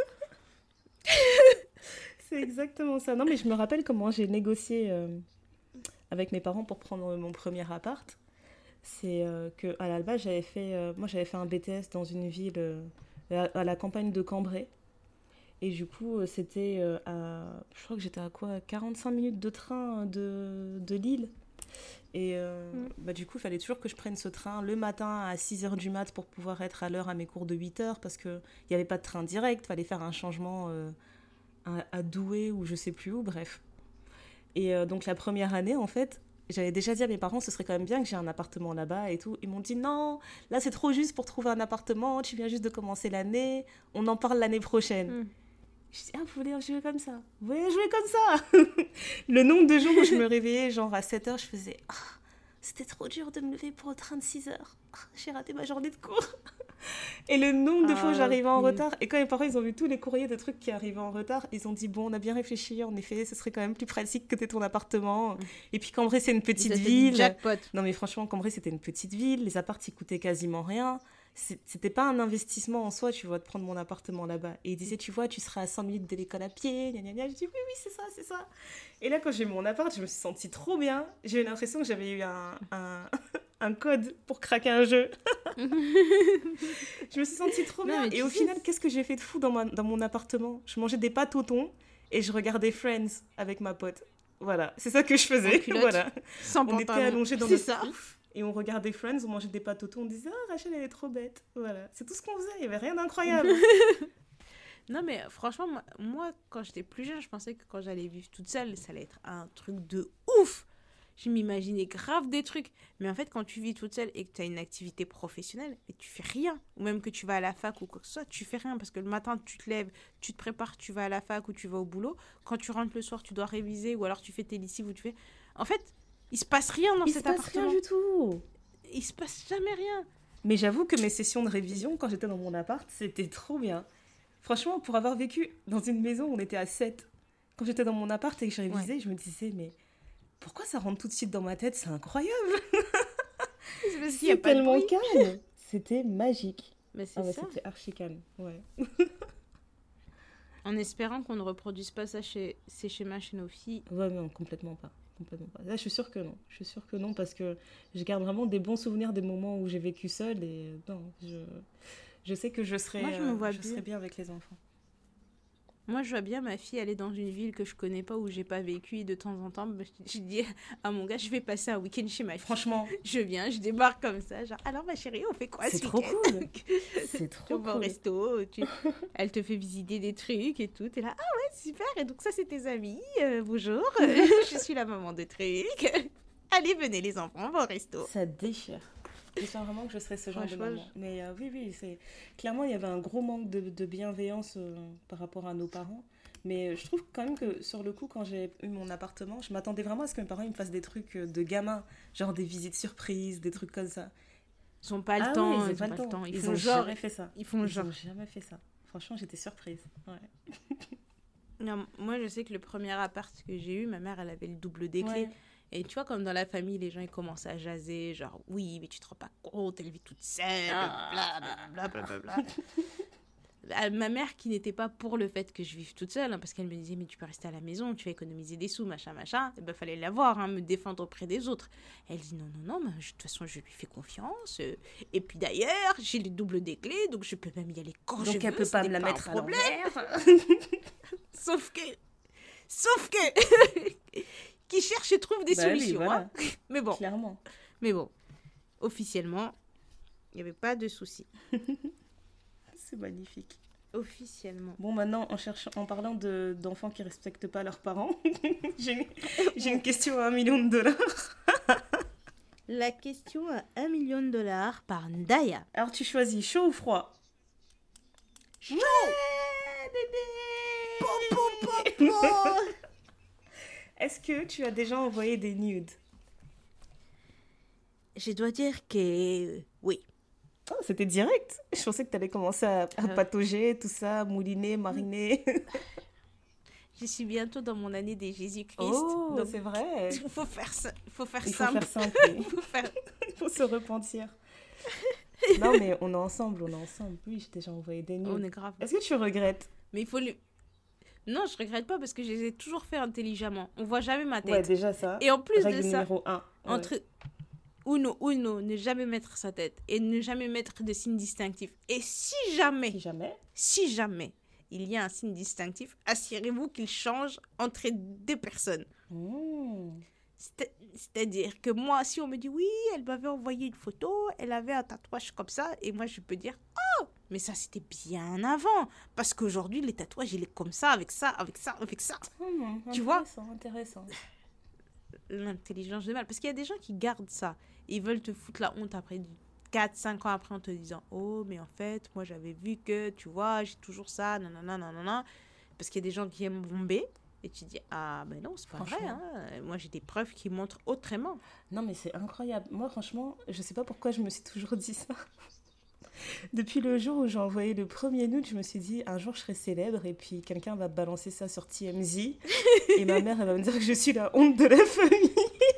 C'est exactement ça. Non, mais je me rappelle comment j'ai négocié euh, avec mes parents pour prendre mon premier appart. C'est euh, qu'à la base, j'avais fait, euh, moi, j'avais fait un B T S dans une ville euh, à, à la campagne de Cambrai. Et du coup, euh, c'était euh, à... Je crois que j'étais à quoi quarante-cinq minutes de train de, de Lille. Et euh, mmh. bah, du coup, il fallait toujours que je prenne ce train le matin à six heures du mat pour pouvoir être à l'heure à mes cours de huit heures parce qu'il n'y avait pas de train direct. Il fallait faire un changement euh, à, à Douai ou je ne sais plus où, bref. Et euh, donc, la première année, en fait... J'avais déjà dit à mes parents, ce serait quand même bien que j'ai un appartement là-bas et tout. Ils m'ont dit, non, là, c'est trop juste pour trouver un appartement. Tu viens juste de commencer l'année. On en parle l'année prochaine. Mm. Je dis, ah, vous voulez jouer comme ça ? Vous voulez jouer comme ça ? Le nombre de jours où je me réveillais, genre à sept heures, je faisais, ah, c'était trop dur de me lever pour le train de six heures. Ah, j'ai raté ma journée de cours. Et le nombre de ah, fois où j'arrivais en oui. retard. Et quand mes parents, ils ont vu tous les courriers de trucs qui arrivaient en retard, ils ont dit, bon, on a bien réfléchi, en effet, ce serait quand même plus pratique que t'aies ton appartement. Mmh. Et puis Cambrai, c'est une petite ville. Jackpot. Non, mais franchement, Cambrai, c'était une petite ville. Les apparts, ils coûtaient quasiment rien. C'était pas un investissement en soi, tu vois, de prendre mon appartement là-bas. Et ils disaient, tu vois, tu seras à cinq minutes de l'école à pied, gna gna gna. Je dis, oui, oui, c'est ça, c'est ça. Et là, quand j'ai eu mon appart, je me suis sentie trop bien. J'ai eu l'impression que j'avais eu un, un, un code pour craquer un jeu. Je me suis sentie trop bien. Non, et au sais... final, qu'est-ce que j'ai fait de fou dans, ma, dans mon appartement ? Je mangeais des pâtes au thon et je regardais Friends avec ma pote. Voilà, c'est ça que je faisais. Voilà. Sans on était allongés dans notre pouf. Et on regardait Friends, on mangeait des pâtes au thon, on disait « Ah, Rachel, elle est trop bête !» Voilà, c'est tout ce qu'on faisait, il n'y avait rien d'incroyable. Non, mais franchement, moi, moi, quand j'étais plus jeune, je pensais que quand j'allais vivre toute seule, ça allait être un truc de ouf. Je m'imaginais grave des trucs. Mais en fait, quand tu vis toute seule et que tu as une activité professionnelle, et tu fais rien. Ou même que tu vas à la fac ou quoi que ce soit, tu fais rien. Parce que le matin, tu te lèves, tu te prépares, tu vas à la fac ou tu vas au boulot. Quand tu rentres le soir, tu dois réviser ou alors tu fais tes lessives ou tu fais... En fait... Il se passe rien dans il cet Il appartement. se passe rien du tout. Il se passe jamais rien. Mais j'avoue que mes sessions de révision, quand j'étais dans mon appart, c'était trop bien. Franchement, pour avoir vécu dans une maison où on était à sept, quand j'étais dans mon appart et que je révisais, ouais. je me disais, mais pourquoi ça rentre tout de suite dans ma tête ? C'est incroyable. C'est parce qu'il y a pas tellement de calme. C'était magique. Mais c'est ah ouais, ça. C'était archi calme, ouais. En espérant qu'on ne reproduise pas ça chez ces schémas chez nos filles. Ouais, non, complètement pas. Complètement pas. Là, je suis sûre que non. Je suis sûre que non parce que je garde vraiment des bons souvenirs des moments où j'ai vécu seule et non, je, je sais que je serais, Moi, je me vois euh, je serais bien avec les enfants. Moi, je vois bien ma fille aller dans une ville que je connais pas, où j'ai pas vécu, et de temps en temps, bah, je dis à mon gars, je vais passer un week-end chez ma fille. Franchement. Je viens, je débarque comme ça, genre, alors ma chérie, on fait quoi c'est ce trop week-end? cool. C'est trop on va cool. au resto, tu... elle te fait visiter des trucs et tout. T'es là, ah ouais, super, et donc ça, c'est tes amis, euh, bonjour, je suis la maman de trucs. Allez, venez les enfants, on va au resto. Ça déchire. J'espère vraiment que je serai ce genre de maman. Je... Mais euh, oui, oui, c'est... clairement, il y avait un gros manque de, de bienveillance euh, par rapport à nos parents. Mais je trouve quand même que sur le coup, quand j'ai eu mon appartement, je m'attendais vraiment à ce que mes parents ils me fassent des trucs de gamin, genre des visites surprises, des trucs comme ça. Ils n'ont pas le ah temps. Oui, ils n'ont pas, pas le temps. Ils, ils font genre... jamais fait ça. Ils font ils genre. Ils n'ont jamais fait ça. Franchement, j'étais surprise. Ouais. Non, moi, je sais que le premier appart que j'ai eu, ma mère, elle avait le double des clés. Ouais. Et tu vois, comme dans la famille, les gens, ils commencent à jaser, genre, oui, mais tu te rends pas compte, elle vit toute seule, blablabla. Bla, bla, bla, bla. Ma mère, qui n'était pas pour le fait que je vive toute seule, hein, parce qu'elle me disait, mais tu peux rester à la maison, tu vas économiser des sous, machin, machin, il ben, fallait l'avoir, hein, me défendre auprès des autres. Elle dit, non, non, non, mais de toute façon, je lui fais confiance. Euh, et puis d'ailleurs, j'ai le double des clés, donc je peux même y aller quand donc je veux. Donc elle peut pas me la mettre à l'envers. Sauf que... Sauf que... qui cherche et trouve des bah solutions. Oui, voilà. Hein. Mais bon. Clairement. Mais bon. Officiellement, il n'y avait pas de souci. C'est magnifique. Officiellement. Bon, maintenant, en, cherchant, en parlant de, d'enfants qui ne respectent pas leurs parents, j'ai, j'ai une question à un million de dollars. La question à un million de dollars par Ndaya. Alors, tu choisis chaud ou froid? Chaud. Ouais, bébé. Po, po, po, po. Est-ce que tu as déjà envoyé des nudes? Je dois dire que oui. Oh, c'était direct. Je pensais que tu allais commencer à, à euh... patauger, tout ça, mouliner, mariner. Je suis bientôt dans mon année des Jésus-Christ. Oh, donc c'est vrai. Il faut faire ça. Il faut faire il simple. Faut faire simple. Il faut faire... il faut se repentir. Non, mais on est ensemble, on est ensemble. Oui, j'ai déjà envoyé des nudes. On est grave. Est-ce que tu regrettes? Mais il faut le... Non, je regrette pas parce que je les ai toujours fait intelligemment. On voit jamais ma tête. Ouais, déjà ça. Et en plus Règle de ça, numéro un. Ouais. entre uno, uno, ne jamais mettre sa tête et ne jamais mettre de signe distinctif. Et si jamais, si jamais, si jamais il y a un signe distinctif, assurez-vous qu'il change entre deux personnes. Mmh. C'est, c'est-à-dire que moi, si on me dit oui, elle m'avait envoyé une photo, elle avait un tatouage comme ça, et moi je peux dire oh, mais ça c'était bien avant, parce qu'aujourd'hui les tatouages il est comme ça, avec ça, avec ça, avec ça. Mmh, tu vois? Intéressant, intéressant. L'intelligence de mal, parce qu'il y a des gens qui gardent ça, ils veulent te foutre la honte après quatre cinq ans après en te disant oh, mais en fait, moi j'avais vu que, tu vois, j'ai toujours ça, nanana, nanana, parce qu'il y a des gens qui aiment bomber. Et tu dis, ah ben non, c'est pas vrai. Hein. Moi, j'ai des preuves qui montrent autrement. Non, mais c'est incroyable. Moi, franchement, je sais pas pourquoi je me suis toujours dit ça. Depuis le jour où j'ai envoyé le premier nude, je me suis dit, un jour, je serai célèbre et puis quelqu'un va balancer ça sur T M Z. Et ma mère, elle va me dire que je suis la honte de la famille.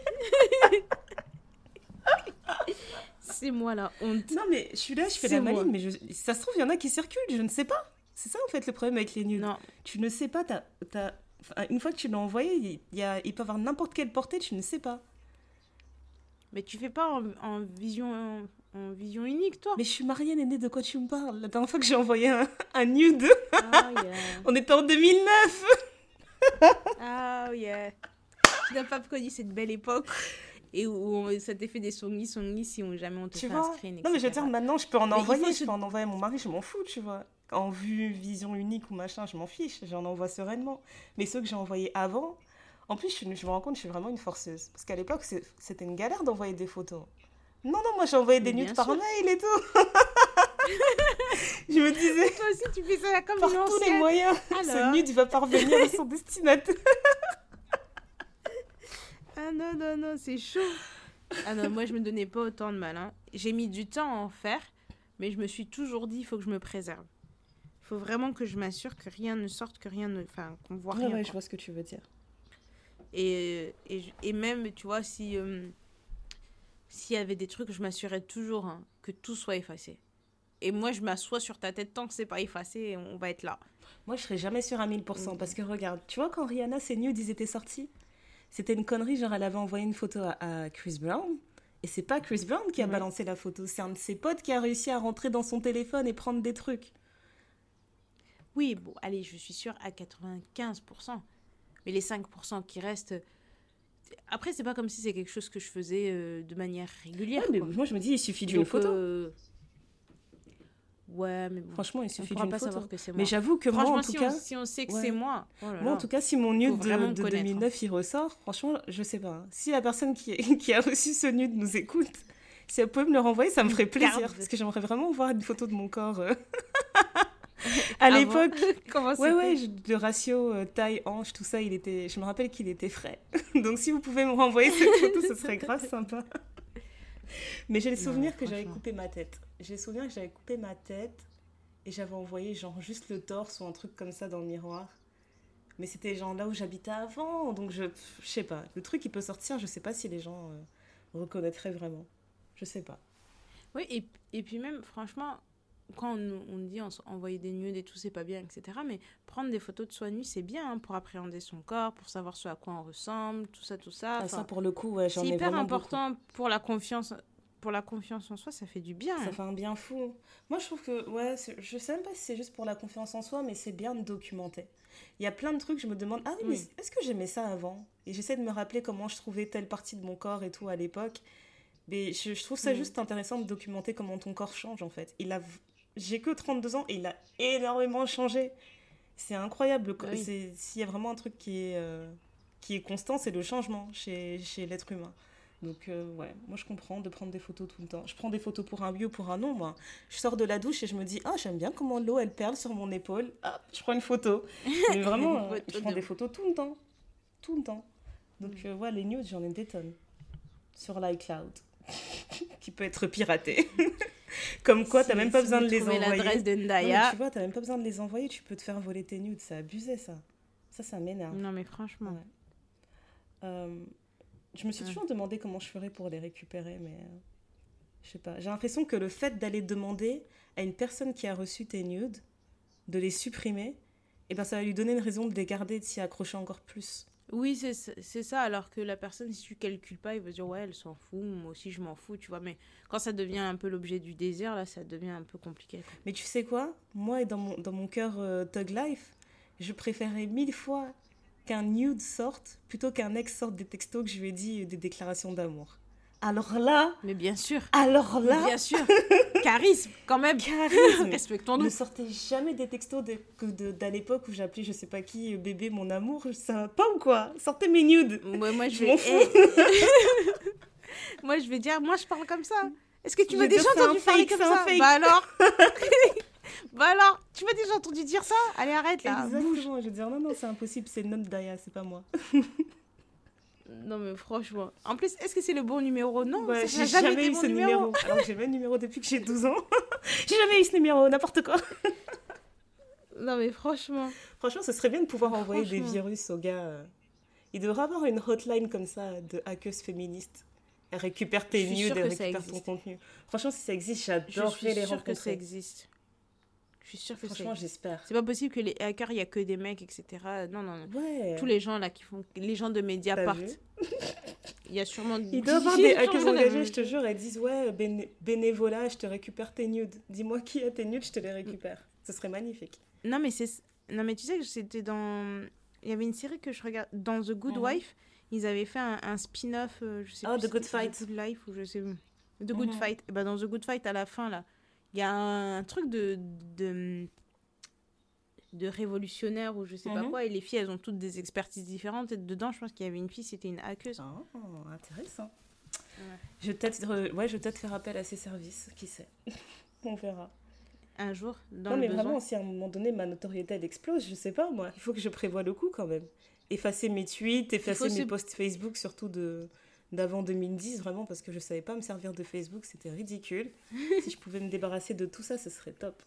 C'est moi la honte. Non, mais je suis là, je fais c'est la maline, mais je... ça se trouve, il y en a qui circulent, je ne sais pas. C'est ça, en fait, le problème avec les nudes. Non. Tu ne sais pas, t'as... t'as... Enfin, une fois que tu l'as envoyé, il, y a, il peut avoir n'importe quelle portée, tu ne sais pas. Mais tu fais pas en, en, vision, en, en vision unique, toi? Mais je suis mariée, Néné, de quoi tu me parles? La dernière fois que j'ai envoyé un, un nude, oh, yeah. On était en deux mille neuf. Ah, oh, yeah. Tu n'as pas connu cette belle époque et où on, ça t'est fait des songis, songis si on, jamais on te tu fait vois? un screen, et cetera. Non, mais je veux dire, maintenant, je peux en mais envoyer, je se... peux en envoyer à mon mari, je m'en fous, tu vois. En vue, vision unique ou machin, je m'en fiche, j'en envoie sereinement. Mais ceux que j'ai envoyés avant, en plus, je, je me rends compte, je suis vraiment une forceuse. Parce qu'à l'époque, c'est, c'était une galère d'envoyer des photos. Non, non, moi, j'ai envoyé des nudes par mail et tout. Je me disais... Toi aussi, tu fais ça comme par une tous les moyens. Alors... Ce nude, il va parvenir à son destinataire. Ah non, non, non, c'est chaud. Ah non, moi, je me donnais pas autant de mal. Hein. J'ai mis du temps à en faire, mais je me suis toujours dit, il faut que je me préserve. Il faut vraiment que je m'assure que rien ne sorte, que rien ne... Enfin, qu'on voit rien. Ouais, ouais, je vois ce que tu veux dire. Et, et, et même, tu vois, si... Euh, s'il y avait des trucs, je m'assurais toujours hein, que tout soit effacé. Et moi, je m'assois sur ta tête tant que c'est pas effacé, on va être là. Moi, je serais jamais sûre à mille pour cent. Mmh. Parce que regarde, tu vois, quand Rihanna, ses nudes, ils étaient sortis, c'était une connerie, genre elle avait envoyé une photo à, à Chris Brown. Et c'est pas Chris Brown qui a mmh. balancé la photo, c'est un de ses potes qui a réussi à rentrer dans son téléphone et prendre des trucs. Oui, bon, allez, je suis sûre à quatre-vingt-quinze pour cent. Mais les cinq pour cent qui restent... Après, c'est pas comme si c'est quelque chose que je faisais euh, de manière régulière. Ouais, mais moi, je me dis, il suffit d'une Donc, photo. Euh... Ouais, mais bon. Franchement, il suffit d'une pas photo. Savoir que c'est moi. Mais j'avoue que moi, en tout si cas... On, si on sait que ouais. c'est moi... Oh là moi, en là. tout cas, si mon nude de, de deux mille neuf, il ressort, franchement, je sais pas. Hein. Si la personne qui, qui a reçu ce nude nous écoute, si elle peut me le renvoyer, ça me ferait plaisir. Garde. Parce que j'aimerais vraiment voir une photo de mon corps... Euh... à l'époque, comment ouais, ouais, je, le ratio euh, taille-hanche, tout ça, il était, je me rappelle qu'il était frais. Donc, si vous pouvez me renvoyer cette photo, ce serait grave sympa. Mais j'ai le souvenir non, que j'avais coupé ma tête. J'ai le souvenir que j'avais coupé ma tête et j'avais envoyé genre juste le torse ou un truc comme ça dans le miroir. Mais c'était genre là où j'habitais avant. Donc, je, je sais pas. Le truc, il peut sortir, je sais pas si les gens euh, reconnaîtraient vraiment. Je sais pas. Oui, et, et puis même, franchement... Quand on, on dit on, envoyer des nudes et tout, c'est pas bien, et cetera. Mais prendre des photos de soi nue, c'est bien hein, pour appréhender son corps, pour savoir ce à quoi on ressemble, tout ça, tout ça. Ah, ça, pour le coup, ouais, j'en ai vraiment C'est hyper important beaucoup. pour la confiance, pour la confiance en soi, ça fait du bien. Ça hein. fait un bien fou. Moi, je trouve que, ouais, je sais même pas si c'est juste pour la confiance en soi, mais c'est bien de documenter. Il y a plein de trucs, je me demande, ah oui, mais oui. est-ce que j'aimais ça avant ? Et j'essaie de me rappeler comment je trouvais telle partie de mon corps et tout à l'époque. Mais je, je trouve ça mmh. juste intéressant de documenter comment ton corps change, en fait. Il a... J'ai que trente-deux ans et il a énormément changé. C'est incroyable. Oui. C'est, s'il y a vraiment un truc qui est, euh, qui est constant, c'est le changement chez, chez l'être humain. Donc, euh, ouais, moi, je comprends de prendre des photos tout le temps. Je prends des photos pour un oui ou pour un non, moi. Je sors de la douche et je me dis, ah, j'aime bien comment l'eau, elle perle sur mon épaule. Ah, je prends une photo. Mais vraiment, euh, je prends des photos tout le temps. Tout le temps. Donc, mm. euh, ouais, les nudes, j'en ai des tonnes. Sur l'iCloud. qui peut être piraté. Comme quoi, si, t'as même pas si besoin de les envoyer. L'adresse de Ndaya. Non, tu vois, t'as même pas besoin de les envoyer, tu peux te faire voler tes nudes. C'est abusé, ça. Ça, ça m'énerve. Non, mais franchement. Ouais. Euh, je me suis ouais. toujours demandé comment je ferais pour les récupérer, mais euh, je sais pas. J'ai l'impression que le fait d'aller demander à une personne qui a reçu tes nudes, de les supprimer, eh ben, ça va lui donner une raison de les garder, de s'y accrocher encore plus. Oui, c'est, c'est ça, alors que la personne, si tu calcules pas, il va dire, ouais, elle s'en fout, moi aussi je m'en fous, tu vois, mais quand ça devient un peu l'objet du désir, là, ça devient un peu compliqué. Quoi. Mais tu sais quoi ? Moi, dans mon, dans mon cœur euh, Thug Life, je préférais mille fois qu'un nude sorte, plutôt qu'un ex sorte des textos que je lui ai dit, euh, des déclarations d'amour. Alors là... Mais bien sûr. Alors là... Mais bien sûr. Charisme, quand même. Charisme. Respectons-nous. Ne sortez jamais des textos de, de, d'à l'époque où j'appelais je sais pas qui, bébé, mon amour. Ça va pas ou quoi ? Sortez mes nudes. Moi, moi je, je vais... m'en fous. Moi, je vais dire, moi, je parle comme ça. Est-ce que tu m'as déjà entendu parler comme ça ? Bah alors Bah alors, tu m'as déjà entendu dire ça ? Allez, arrête là. Exactement. Bouge. Je vais dire, non, non, c'est impossible. C'est notre Daya, c'est pas moi. Non mais franchement. En plus, est-ce que c'est le bon numéro ? Non, ouais, ça j'ai jamais, jamais eu ce numéro. numéro. Alors que j'ai le numéro depuis que j'ai douze ans. J'ai jamais eu ce numéro, n'importe quoi. Non mais franchement. Franchement, ce serait bien de pouvoir envoyer des virus aux gars. Il devrait avoir une hotline comme ça de hackeuses féministes. Elle récupère tes nudes, elle récupère ton contenu. Franchement, si ça existe, j'adorerais les rencontrer. Je suis sûre que ça existe. Je suis sûre que Franchement, j'espère. C'est pas possible que les hackers, il n'y a que des mecs, et cetera. Non, non, non. Ouais. Tous les gens là qui font... Les gens de Mediapart. Il y a sûrement... Il doit y avoir des hackers engagés, je te jure. Elles disent, ouais, béné- bénévolat, je te récupère tes nudes. Dis-moi qui a tes nudes, je te les récupère. Ce serait magnifique. Non, mais c'est... Non, mais tu sais que c'était dans... Il y avait une série que je regarde... Dans The Good mm-hmm. Wife, ils avaient fait un, un spin-off, euh, je sais oh, plus... The Good Fight. The Good Life, ou je sais... The Good mm-hmm. Fight. Et ben, dans The Good Fight, à la fin, là, il y a un, un truc de... de de révolutionnaire ou je sais mm-hmm. pas quoi, et les filles elles ont toutes des expertises différentes, et dedans je pense qu'il y avait une fille, c'était une hackeuse. Oh, intéressant. Ouais. Je vais peut-être euh, ouais, je vais peut-être faire appel à ses services, qui sait. On verra. Un jour, dans non, le mais besoin. Vraiment, si à un moment donné ma notoriété elle explose, je sais pas moi, il faut que je prévoie le coup quand même. Effacer mes tweets, effacer mes se... posts Facebook, surtout de d'avant deux mille dix, vraiment, parce que je savais pas me servir de Facebook, c'était ridicule. Si je pouvais me débarrasser de tout ça, ce serait top.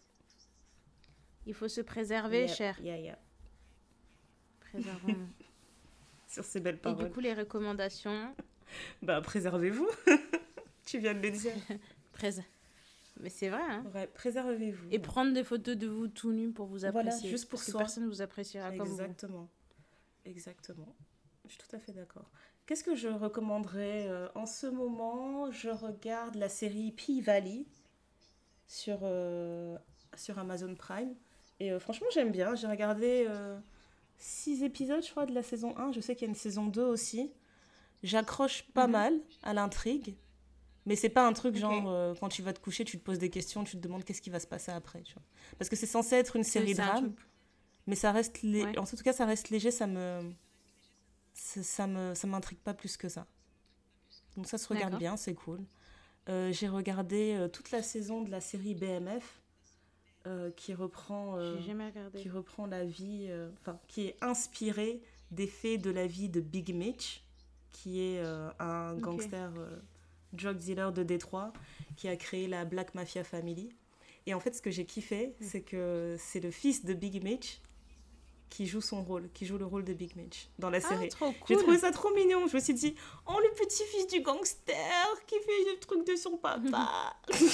Il faut se préserver, yeah, cher. Yeah, yeah. Préservons. Sur ces belles paroles. Et du coup, les recommandations... Bah, préservez-vous. Tu viens de le dire. Prés... Mais c'est vrai, hein. Ouais, préservez-vous. Et prendre des photos de vous tout nu pour vous apprécier. Voilà, juste pour parce soi. Que personne ne vous appréciera comme vous. Exactement. Exactement. Je suis tout à fait d'accord. Qu'est-ce que je recommanderais euh, en ce moment, je regarde la série P-Valley sur... Euh, sur Amazon Prime. Et euh, franchement, j'aime bien. J'ai regardé euh, six épisodes, je crois, de la saison un. Je sais qu'il y a une saison deux aussi. J'accroche pas mm-hmm. mal à l'intrigue. Mais c'est pas un truc okay. genre, euh, quand tu vas te coucher, tu te poses des questions, tu te demandes qu'est-ce qui va se passer après. Tu vois. Parce que c'est censé être une série drame. Mais ça reste... Lé... Ouais. En tout cas, ça reste léger. Ça me... Ça, ça me... ça m'intrigue pas plus que ça. Donc ça se regarde D'accord. bien, c'est cool. Euh, j'ai regardé euh, toute la saison de la série B M F. Euh, qui reprend euh, qui reprend la vie enfin euh, qui est inspirée des faits de la vie de Big Mitch, qui est euh, un okay. gangster euh, drug dealer de Détroit qui a créé la Black Mafia Family. Et en fait, ce que j'ai kiffé, mm. c'est que c'est le fils de Big Mitch qui joue son rôle, qui joue le rôle de Big Mitch dans la série. Ah, trop cool. J'ai trouvé ça trop mignon. Je me suis dit, oh, le petit-fils du gangster qui fait le truc de son papa.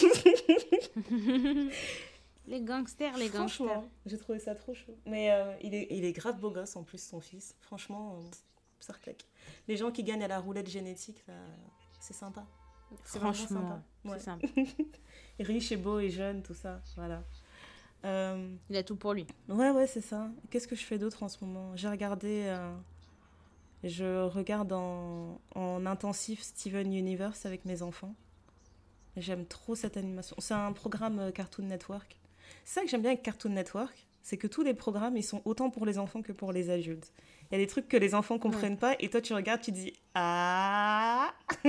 Les gangsters, les gangsters. Franchement, j'ai trouvé ça trop chaud. Mais euh, il, est, il est grave beau gosse en plus, son fils. Franchement, euh, ça reclaque. Les gens qui gagnent à la roulette génétique, là, c'est sympa. C'est Franchement, sympa. Ouais. C'est sympa. Riche et beau et jeune, tout ça, voilà. Euh... Il a tout pour lui. Ouais, ouais, c'est ça. Qu'est-ce que je fais d'autre en ce moment ? J'ai regardé... Euh... Je regarde en, en intensif Steven Universe avec mes enfants. J'aime trop cette animation. C'est un programme Cartoon Network. C'est ça que j'aime bien avec Cartoon Network, c'est que tous les programmes, ils sont autant pour les enfants que pour les adultes. Il y a des trucs que les enfants comprennent ouais. pas, et toi, tu regardes, tu dis « Ah !»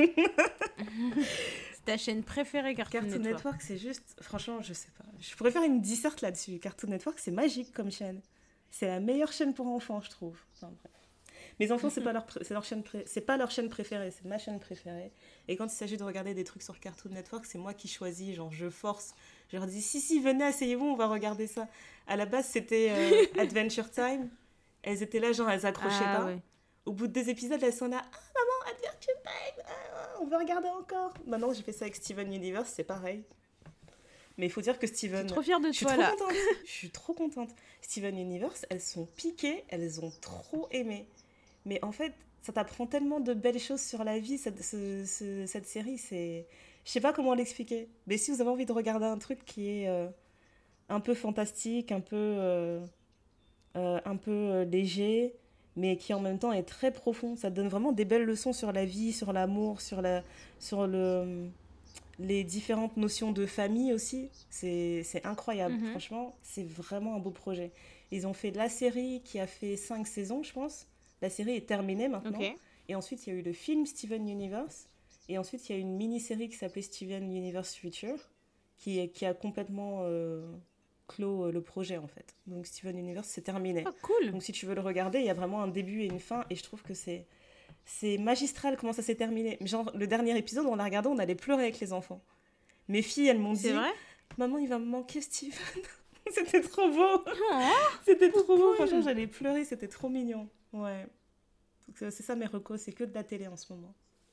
C'est ta chaîne préférée, Cartoon, Cartoon Network. Network, c'est juste... Franchement, je sais pas. Je pourrais faire une disserte là-dessus. Cartoon Network, c'est magique comme chaîne. C'est la meilleure chaîne pour enfants, je trouve. Enfin, bref. Mes enfants, c'est pas leur pré- c'est leur chaîne pré- c'est pas leur chaîne préférée, c'est ma chaîne préférée. Et quand il s'agit de regarder des trucs sur Cartoon Network, c'est moi qui choisis, genre je force. Je leur dis si si venez, asseyez-vous, on va regarder ça. À la base, c'était euh, Adventure Time. Elles étaient là, genre elles accrochaient ah, pas. Ouais. Au bout de deux épisodes, elles sont là, ah maman, Adventure Time, ah, on veut regarder encore. Maintenant, j'ai fait ça avec Steven Universe, c'est pareil. Mais il faut dire que Steven... Je suis trop fière de je toi, là. Je suis trop contente. Steven Universe, elles sont piquées, elles ont trop aimé. Mais en fait, ça t'apprend tellement de belles choses sur la vie, cette, ce, ce, cette série. C'est... Je sais pas comment l'expliquer. Mais si vous avez envie de regarder un truc qui est euh, un peu fantastique, un peu, euh, euh, un peu euh, léger, mais qui en même temps est très profond, ça te donne vraiment des belles leçons sur la vie, sur l'amour, sur, la, sur le, les différentes notions de famille aussi. C'est, c'est incroyable. Mm-hmm. Franchement, c'est vraiment un beau projet. Ils ont fait la série qui a fait cinq saisons, je pense. La série est terminée maintenant. Okay. Et ensuite, il y a eu le film Steven Universe. Et ensuite, il y a une mini-série qui s'appelait Steven Universe Future, qui, qui a complètement euh, clos euh, le projet, en fait. Donc, Steven Universe, c'est terminé. Oh, cool. Donc, si tu veux le regarder, il y a vraiment un début et une fin. Et je trouve que c'est, c'est magistral comment ça s'est terminé. Genre, le dernier épisode, on l'a regardé, on allait pleurer avec les enfants. Mes filles, elles m'ont c'est dit... vrai ? Maman, il va me manquer Steven. C'était trop beau. Oh, c'était trop cool. beau. Franchement, j'allais pleurer. C'était trop mignon. Ouais. Donc, c'est ça mes recos. C'est que de la télé en ce moment.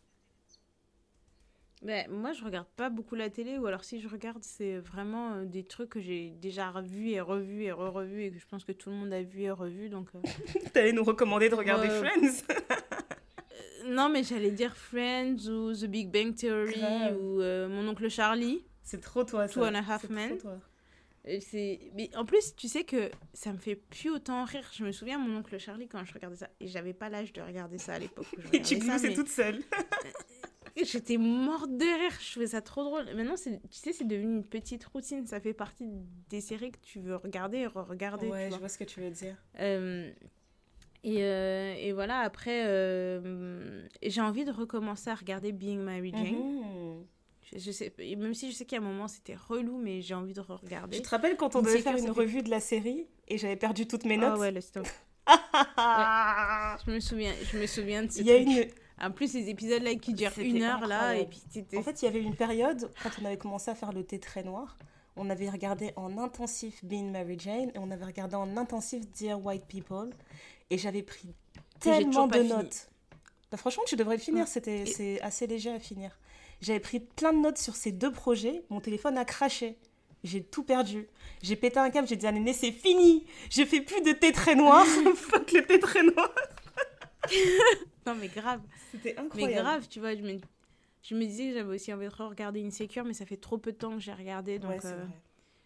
Mais moi, je regarde pas beaucoup la télé. Ou alors, si je regarde, c'est vraiment euh, des trucs que j'ai déjà revus et revus et re-revus. Et que je pense que tout le monde a vu et revu. Donc, euh... T'allais nous recommander de regarder euh... Friends. euh, Non, mais j'allais dire Friends ou The Big Bang Theory. Grave. Ou euh, Mon oncle Charlie. C'est trop toi, ça. Two and a Half Men. C'est... Mais en plus, tu sais que ça me fait plus autant rire. Je me souviens, mon oncle Charlie, quand je regardais ça, et j'avais pas l'âge de regarder ça à l'époque où je regardais et tu gloussais mais... toute seule. J'étais morte de rire, je trouvais ça trop drôle. Maintenant, c'est, tu sais, c'est devenu une petite routine. Ça fait partie des séries que tu veux regarder et re-regarder. Ouais, tu je vois. vois ce que tu veux dire. Euh, et, euh, et voilà, après, euh, j'ai envie de recommencer à regarder Being Mary Jane. Mm-hmm. Je, je sais, même si je sais qu'à un moment c'était relou, mais j'ai envie de regarder. Tu te rappelles quand on devait faire une revue de la série et j'avais perdu toutes mes notes? Ah ouais, laisse tomber. Ouais. Je me souviens, je me souviens de ce il y a truc. Une... En plus, ces épisodes là qui durent c'était une heure là, et puis c'était... En fait, il y avait une période quand on avait commencé à faire le thé très noir. On avait regardé en intensif Being Mary Jane et on avait regardé en intensif Dear White People et j'avais pris tellement de notes. Bah, franchement, tu devrais le finir. Ouais. C'était et... c'est assez léger à finir. J'avais pris plein de notes sur ces deux projets. Mon téléphone a craché. J'ai tout perdu. J'ai pété un câble. J'ai dit à Néné, c'est fini. Je fais plus de thé très noir. Fuck le thé très noir. Non, mais grave. C'était incroyable. Mais grave, tu vois. Je me, je me disais que j'avais aussi envie de regarder Insecure, mais ça fait trop peu de temps que j'ai regardé. Donc, ouais, c'est euh, vrai.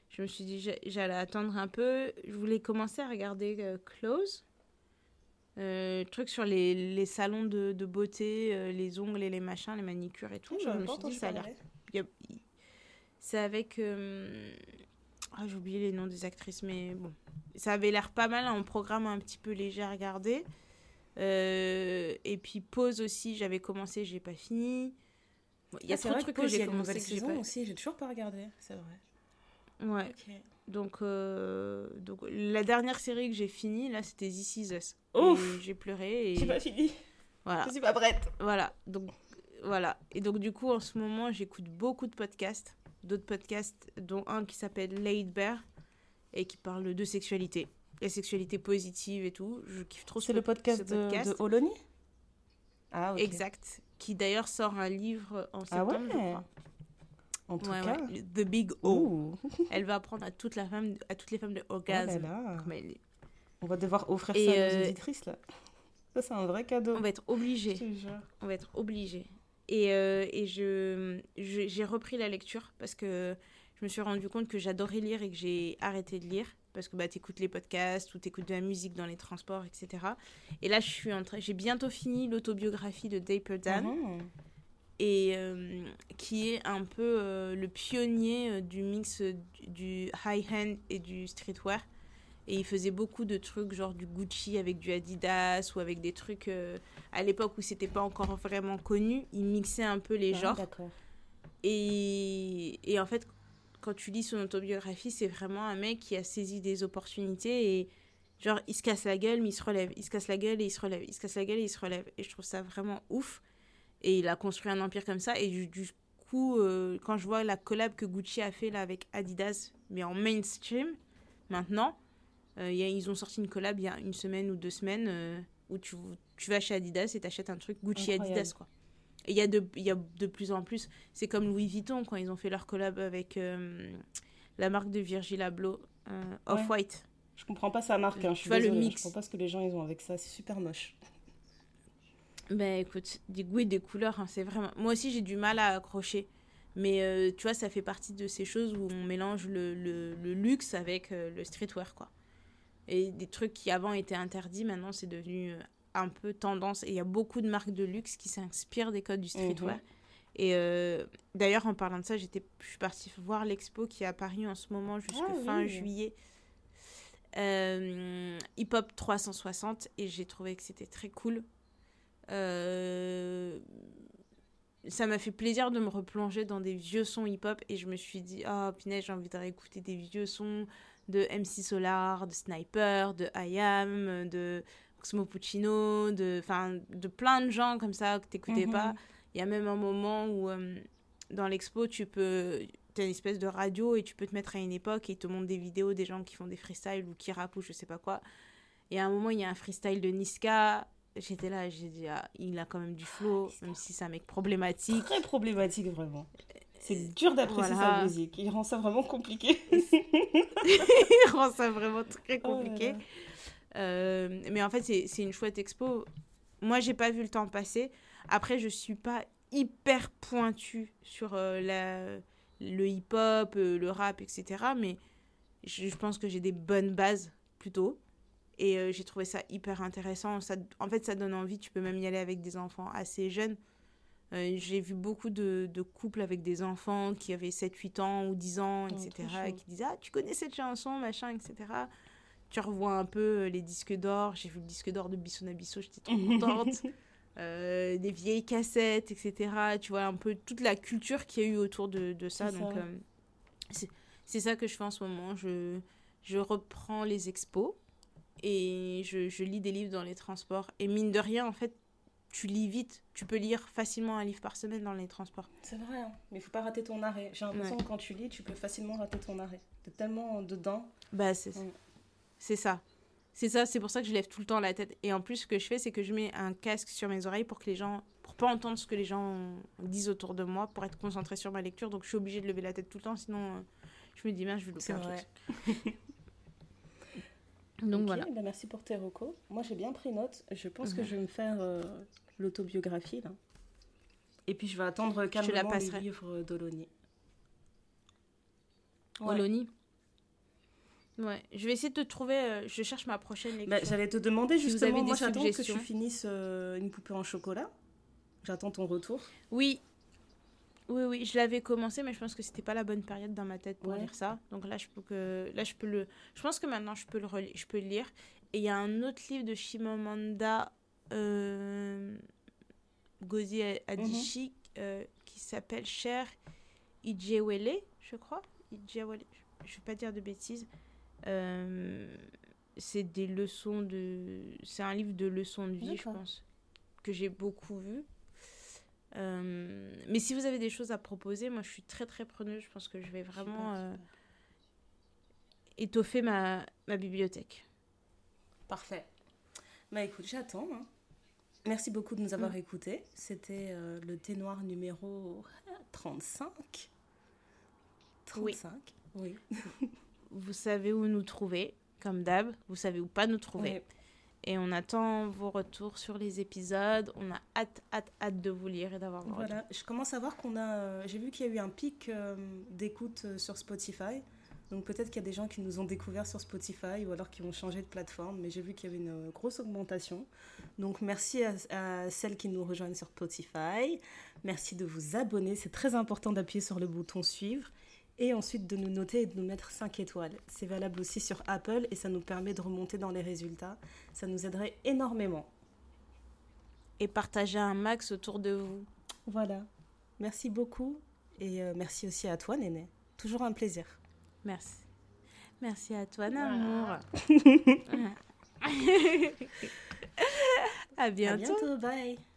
je me suis dit j'allais attendre un peu. Je voulais commencer à regarder euh, Close. Euh, truc sur les, les salons de, de beauté, euh, les ongles et les machins, les manicures et tout. Oui, je me suis dit, ça a l'air... Y a... C'est avec... Euh... Ah, j'ai oublié les noms des actrices, mais bon. Ça avait l'air pas mal, un programme un petit peu léger à regarder. Euh... Et puis Pause aussi, j'avais commencé, j'ai pas fini. Il bon, y a ah, trop de trucs que, que j'ai commencé que j'ai pas... aussi, j'ai toujours pas regardé, c'est vrai. Ouais. Okay. Donc, euh, donc, la dernière série que j'ai finie, là, c'était This Is Us. Ouf, j'ai pleuré. Et... J'ai pas fini. Voilà. Je suis pas prête. Voilà. Donc, voilà. Et donc, du coup, en ce moment, j'écoute beaucoup de podcasts. D'autres podcasts, dont un qui s'appelle Laid Bear et qui parle de sexualité. La sexualité positive et tout. Je kiffe trop C'est ce, le podcast, ce podcast. de, de Oloni. Ah, ok. Exact. Qui d'ailleurs sort un livre en septembre, ah ouais. je crois. En tout ouais, cas, ouais. The Big O. Elle va apprendre à, toute la femme, à toutes les femmes de orgasme. Oh là là. Comme elle est. On va devoir offrir Et ça euh... à nos auditrices, là. Ça, c'est un vrai cadeau. On va être obligés. On va être obligés. Et, euh, et je, je, j'ai repris la lecture parce que je me suis rendu compte que j'adorais lire et que j'ai arrêté de lire. Parce que bah, t'écoutes les podcasts ou t'écoutes de la musique dans les transports, et cetera. Et là, je suis en train... j'ai bientôt fini l'autobiographie de Dapper Dan. Uh-huh. Et euh, qui est un peu euh, le pionnier euh, du mix euh, du high-end et du streetwear. Et il faisait beaucoup de trucs, genre du Gucci avec du Adidas ou avec des trucs... Euh, à l'époque où c'était pas encore vraiment connu, il mixait un peu les ah, genres. D'accord. Et, et en fait, quand tu lis son autobiographie, c'est vraiment un mec qui a saisi des opportunités et genre, il se casse la gueule, mais il se relève. Il se casse la gueule et il se relève. Il se casse la gueule et il se relève. Et je trouve ça vraiment ouf. Et il a construit un empire comme ça. Et du, du coup, euh, quand je vois la collab que Gucci a fait là avec Adidas, mais en mainstream, maintenant, euh, y a, ils ont sorti une collab il y a une semaine ou deux semaines euh, où tu, tu vas chez Adidas et t'achètes un truc Gucci Incroyable. Adidas, quoi. Et il y, y a de plus en plus. C'est comme Louis Vuitton, quand ils ont fait leur collab avec euh, la marque de Virgil Abloh, euh, Off-White. Ouais. Je comprends pas sa marque, hein. Je suis désolée, le mix. Je comprends pas ce que les gens ils ont avec ça, c'est super moche. Ben écoute, des goûts et des couleurs, hein, c'est vraiment... Moi aussi, j'ai du mal à accrocher. Mais euh, tu vois, ça fait partie de ces choses où on mélange le, le, le luxe avec euh, le streetwear, quoi. Et des trucs qui avant étaient interdits, maintenant, c'est devenu euh, un peu tendance. Et il y a beaucoup de marques de luxe qui s'inspirent des codes du streetwear. Mmh. Et euh, d'ailleurs, en parlant de ça, j'étais, je suis partie voir l'expo qui est à Paris en ce moment jusqu'à ah, fin oui. juillet. Euh, Hip Hop trois cent soixante. Et j'ai trouvé que c'était très cool. Euh, ça m'a fait plaisir de me replonger dans des vieux sons hip-hop et je me suis dit oh punaise, j'ai envie de réécouter des vieux sons de M C Solar, de Sniper, de I A M, de Oxmo Puccino, de, de plein de gens comme ça que t'écoutais mm-hmm. pas. Il y a même un moment où euh, dans l'expo tu peux t'as une espèce de radio et tu peux te mettre à une époque et ils te montrent des vidéos des gens qui font des freestyles ou qui rappent ou je sais pas quoi. Et à un moment il y a un freestyle de Niska. J'étais là, j'ai dit, ah, il a quand même du flow, même si c'est un mec problématique. Très problématique, vraiment. C'est dur d'apprécier voilà. sa musique. Il rend ça vraiment compliqué. Il rend ça vraiment très compliqué. Oh euh, mais en fait, c'est, c'est une chouette expo. Moi, j'ai pas vu le temps passer. Après, je suis pas hyper pointue sur euh, la, le hip-hop, euh, le rap, et cetera. Mais je, je pense que j'ai des bonnes bases, plutôt. Et euh, j'ai trouvé ça hyper intéressant. Ça, en fait, ça donne envie. Tu peux même y aller avec des enfants assez jeunes. Euh, j'ai vu beaucoup de, de couples avec des enfants qui avaient sept huit ans ou dix ans, et cetera. Oh, et qui disaient « Ah, tu connais cette chanson, machin, et cetera » Tu revois un peu les disques d'or. J'ai vu le disque d'or de Bisson Abisso, j'étais trop contente. euh, des vieilles cassettes, et cetera. Tu vois un peu toute la culture qu'il y a eu autour de, de ça. C'est donc, ça. Euh, c'est, c'est ça que je fais en ce moment. Je, je reprends les expos. Et je, je lis des livres dans les transports. Et mine de rien, en fait, tu lis vite. Tu peux lire facilement un livre par semaine dans les transports. C'est vrai, hein. Mais il ne faut pas rater ton arrêt. J'ai l'impression ouais. que quand tu lis, tu peux facilement rater ton arrêt. T'es tellement dedans. Bah, c'est, ouais. c'est ça. C'est ça, c'est pour ça que je lève tout le temps la tête. Et en plus, ce que je fais, c'est que je mets un casque sur mes oreilles pour que les gens... pour pas entendre ce que les gens disent autour de moi, pour être concentrée sur ma lecture. Donc, je suis obligée de lever la tête tout le temps. Sinon, euh, je me dis, mince, je vais louper un truc. Donc okay, voilà. Bah merci pour tes recos. Moi, j'ai bien pris note. Je pense mmh. que je vais me faire euh, l'autobiographie, là. Et puis, je vais attendre calmement les livres d'Oloni. Ouais. Oloni Ouais, je vais essayer de te trouver. Euh, je cherche ma prochaine lecture. Bah, j'allais te demander justement. Si vous avez des moi, j'attends que suggestions. tu finisses euh, Une poupée en chocolat. J'attends ton retour. Oui. Oui, oui, je l'avais commencé, mais je pense que c'était pas la bonne période dans ma tête pour ouais. lire ça. Donc là, je peux que, là, je peux le. Je pense que maintenant, je peux le, reli... je peux le lire. Et il y a un autre livre de Chimamanda euh... Ngozi Adichie mm-hmm. euh, qui s'appelle Cher Ijewele, je crois. Ijewele. Je vais pas dire de bêtises. Euh, c'est des leçons de c'est un livre de leçons de vie. D'accord. Je pense que j'ai beaucoup vu euh, mais si vous avez des choses à proposer, moi je suis très très preneuse. Je pense que je vais vraiment super, euh, super. étoffer ma, ma bibliothèque. Parfait. Bah écoute, j'attends hein. Merci beaucoup de nous avoir mmh. écoutés. C'était euh, le thé noir numéro trente-cinq trente-cinq oui, oui. Vous savez où nous trouver, comme d'hab. Vous savez où pas nous trouver. Oui. Et on attend vos retours sur les épisodes. On a hâte, hâte, hâte de vous lire et d'avoir vos voilà. retours. Je commence à voir qu'on a... Euh, j'ai vu qu'il y a eu un pic euh, d'écoute euh, sur Spotify. Donc peut-être qu'il y a des gens qui nous ont découverts sur Spotify ou alors qui ont changé de plateforme. Mais j'ai vu qu'il y avait une euh, grosse augmentation. Donc merci à, à celles qui nous rejoignent sur Spotify. Merci de vous abonner. C'est très important d'appuyer sur le bouton suivre. Et ensuite de nous noter et de nous mettre cinq étoiles. C'est valable aussi sur Apple et ça nous permet de remonter dans les résultats. Ça nous aiderait énormément. Et partagez un max autour de vous. Voilà. Merci beaucoup. Et euh, merci aussi à toi, Néné. Toujours un plaisir. Merci. Merci à toi, Namour. Voilà. À bientôt. À bientôt. Bye.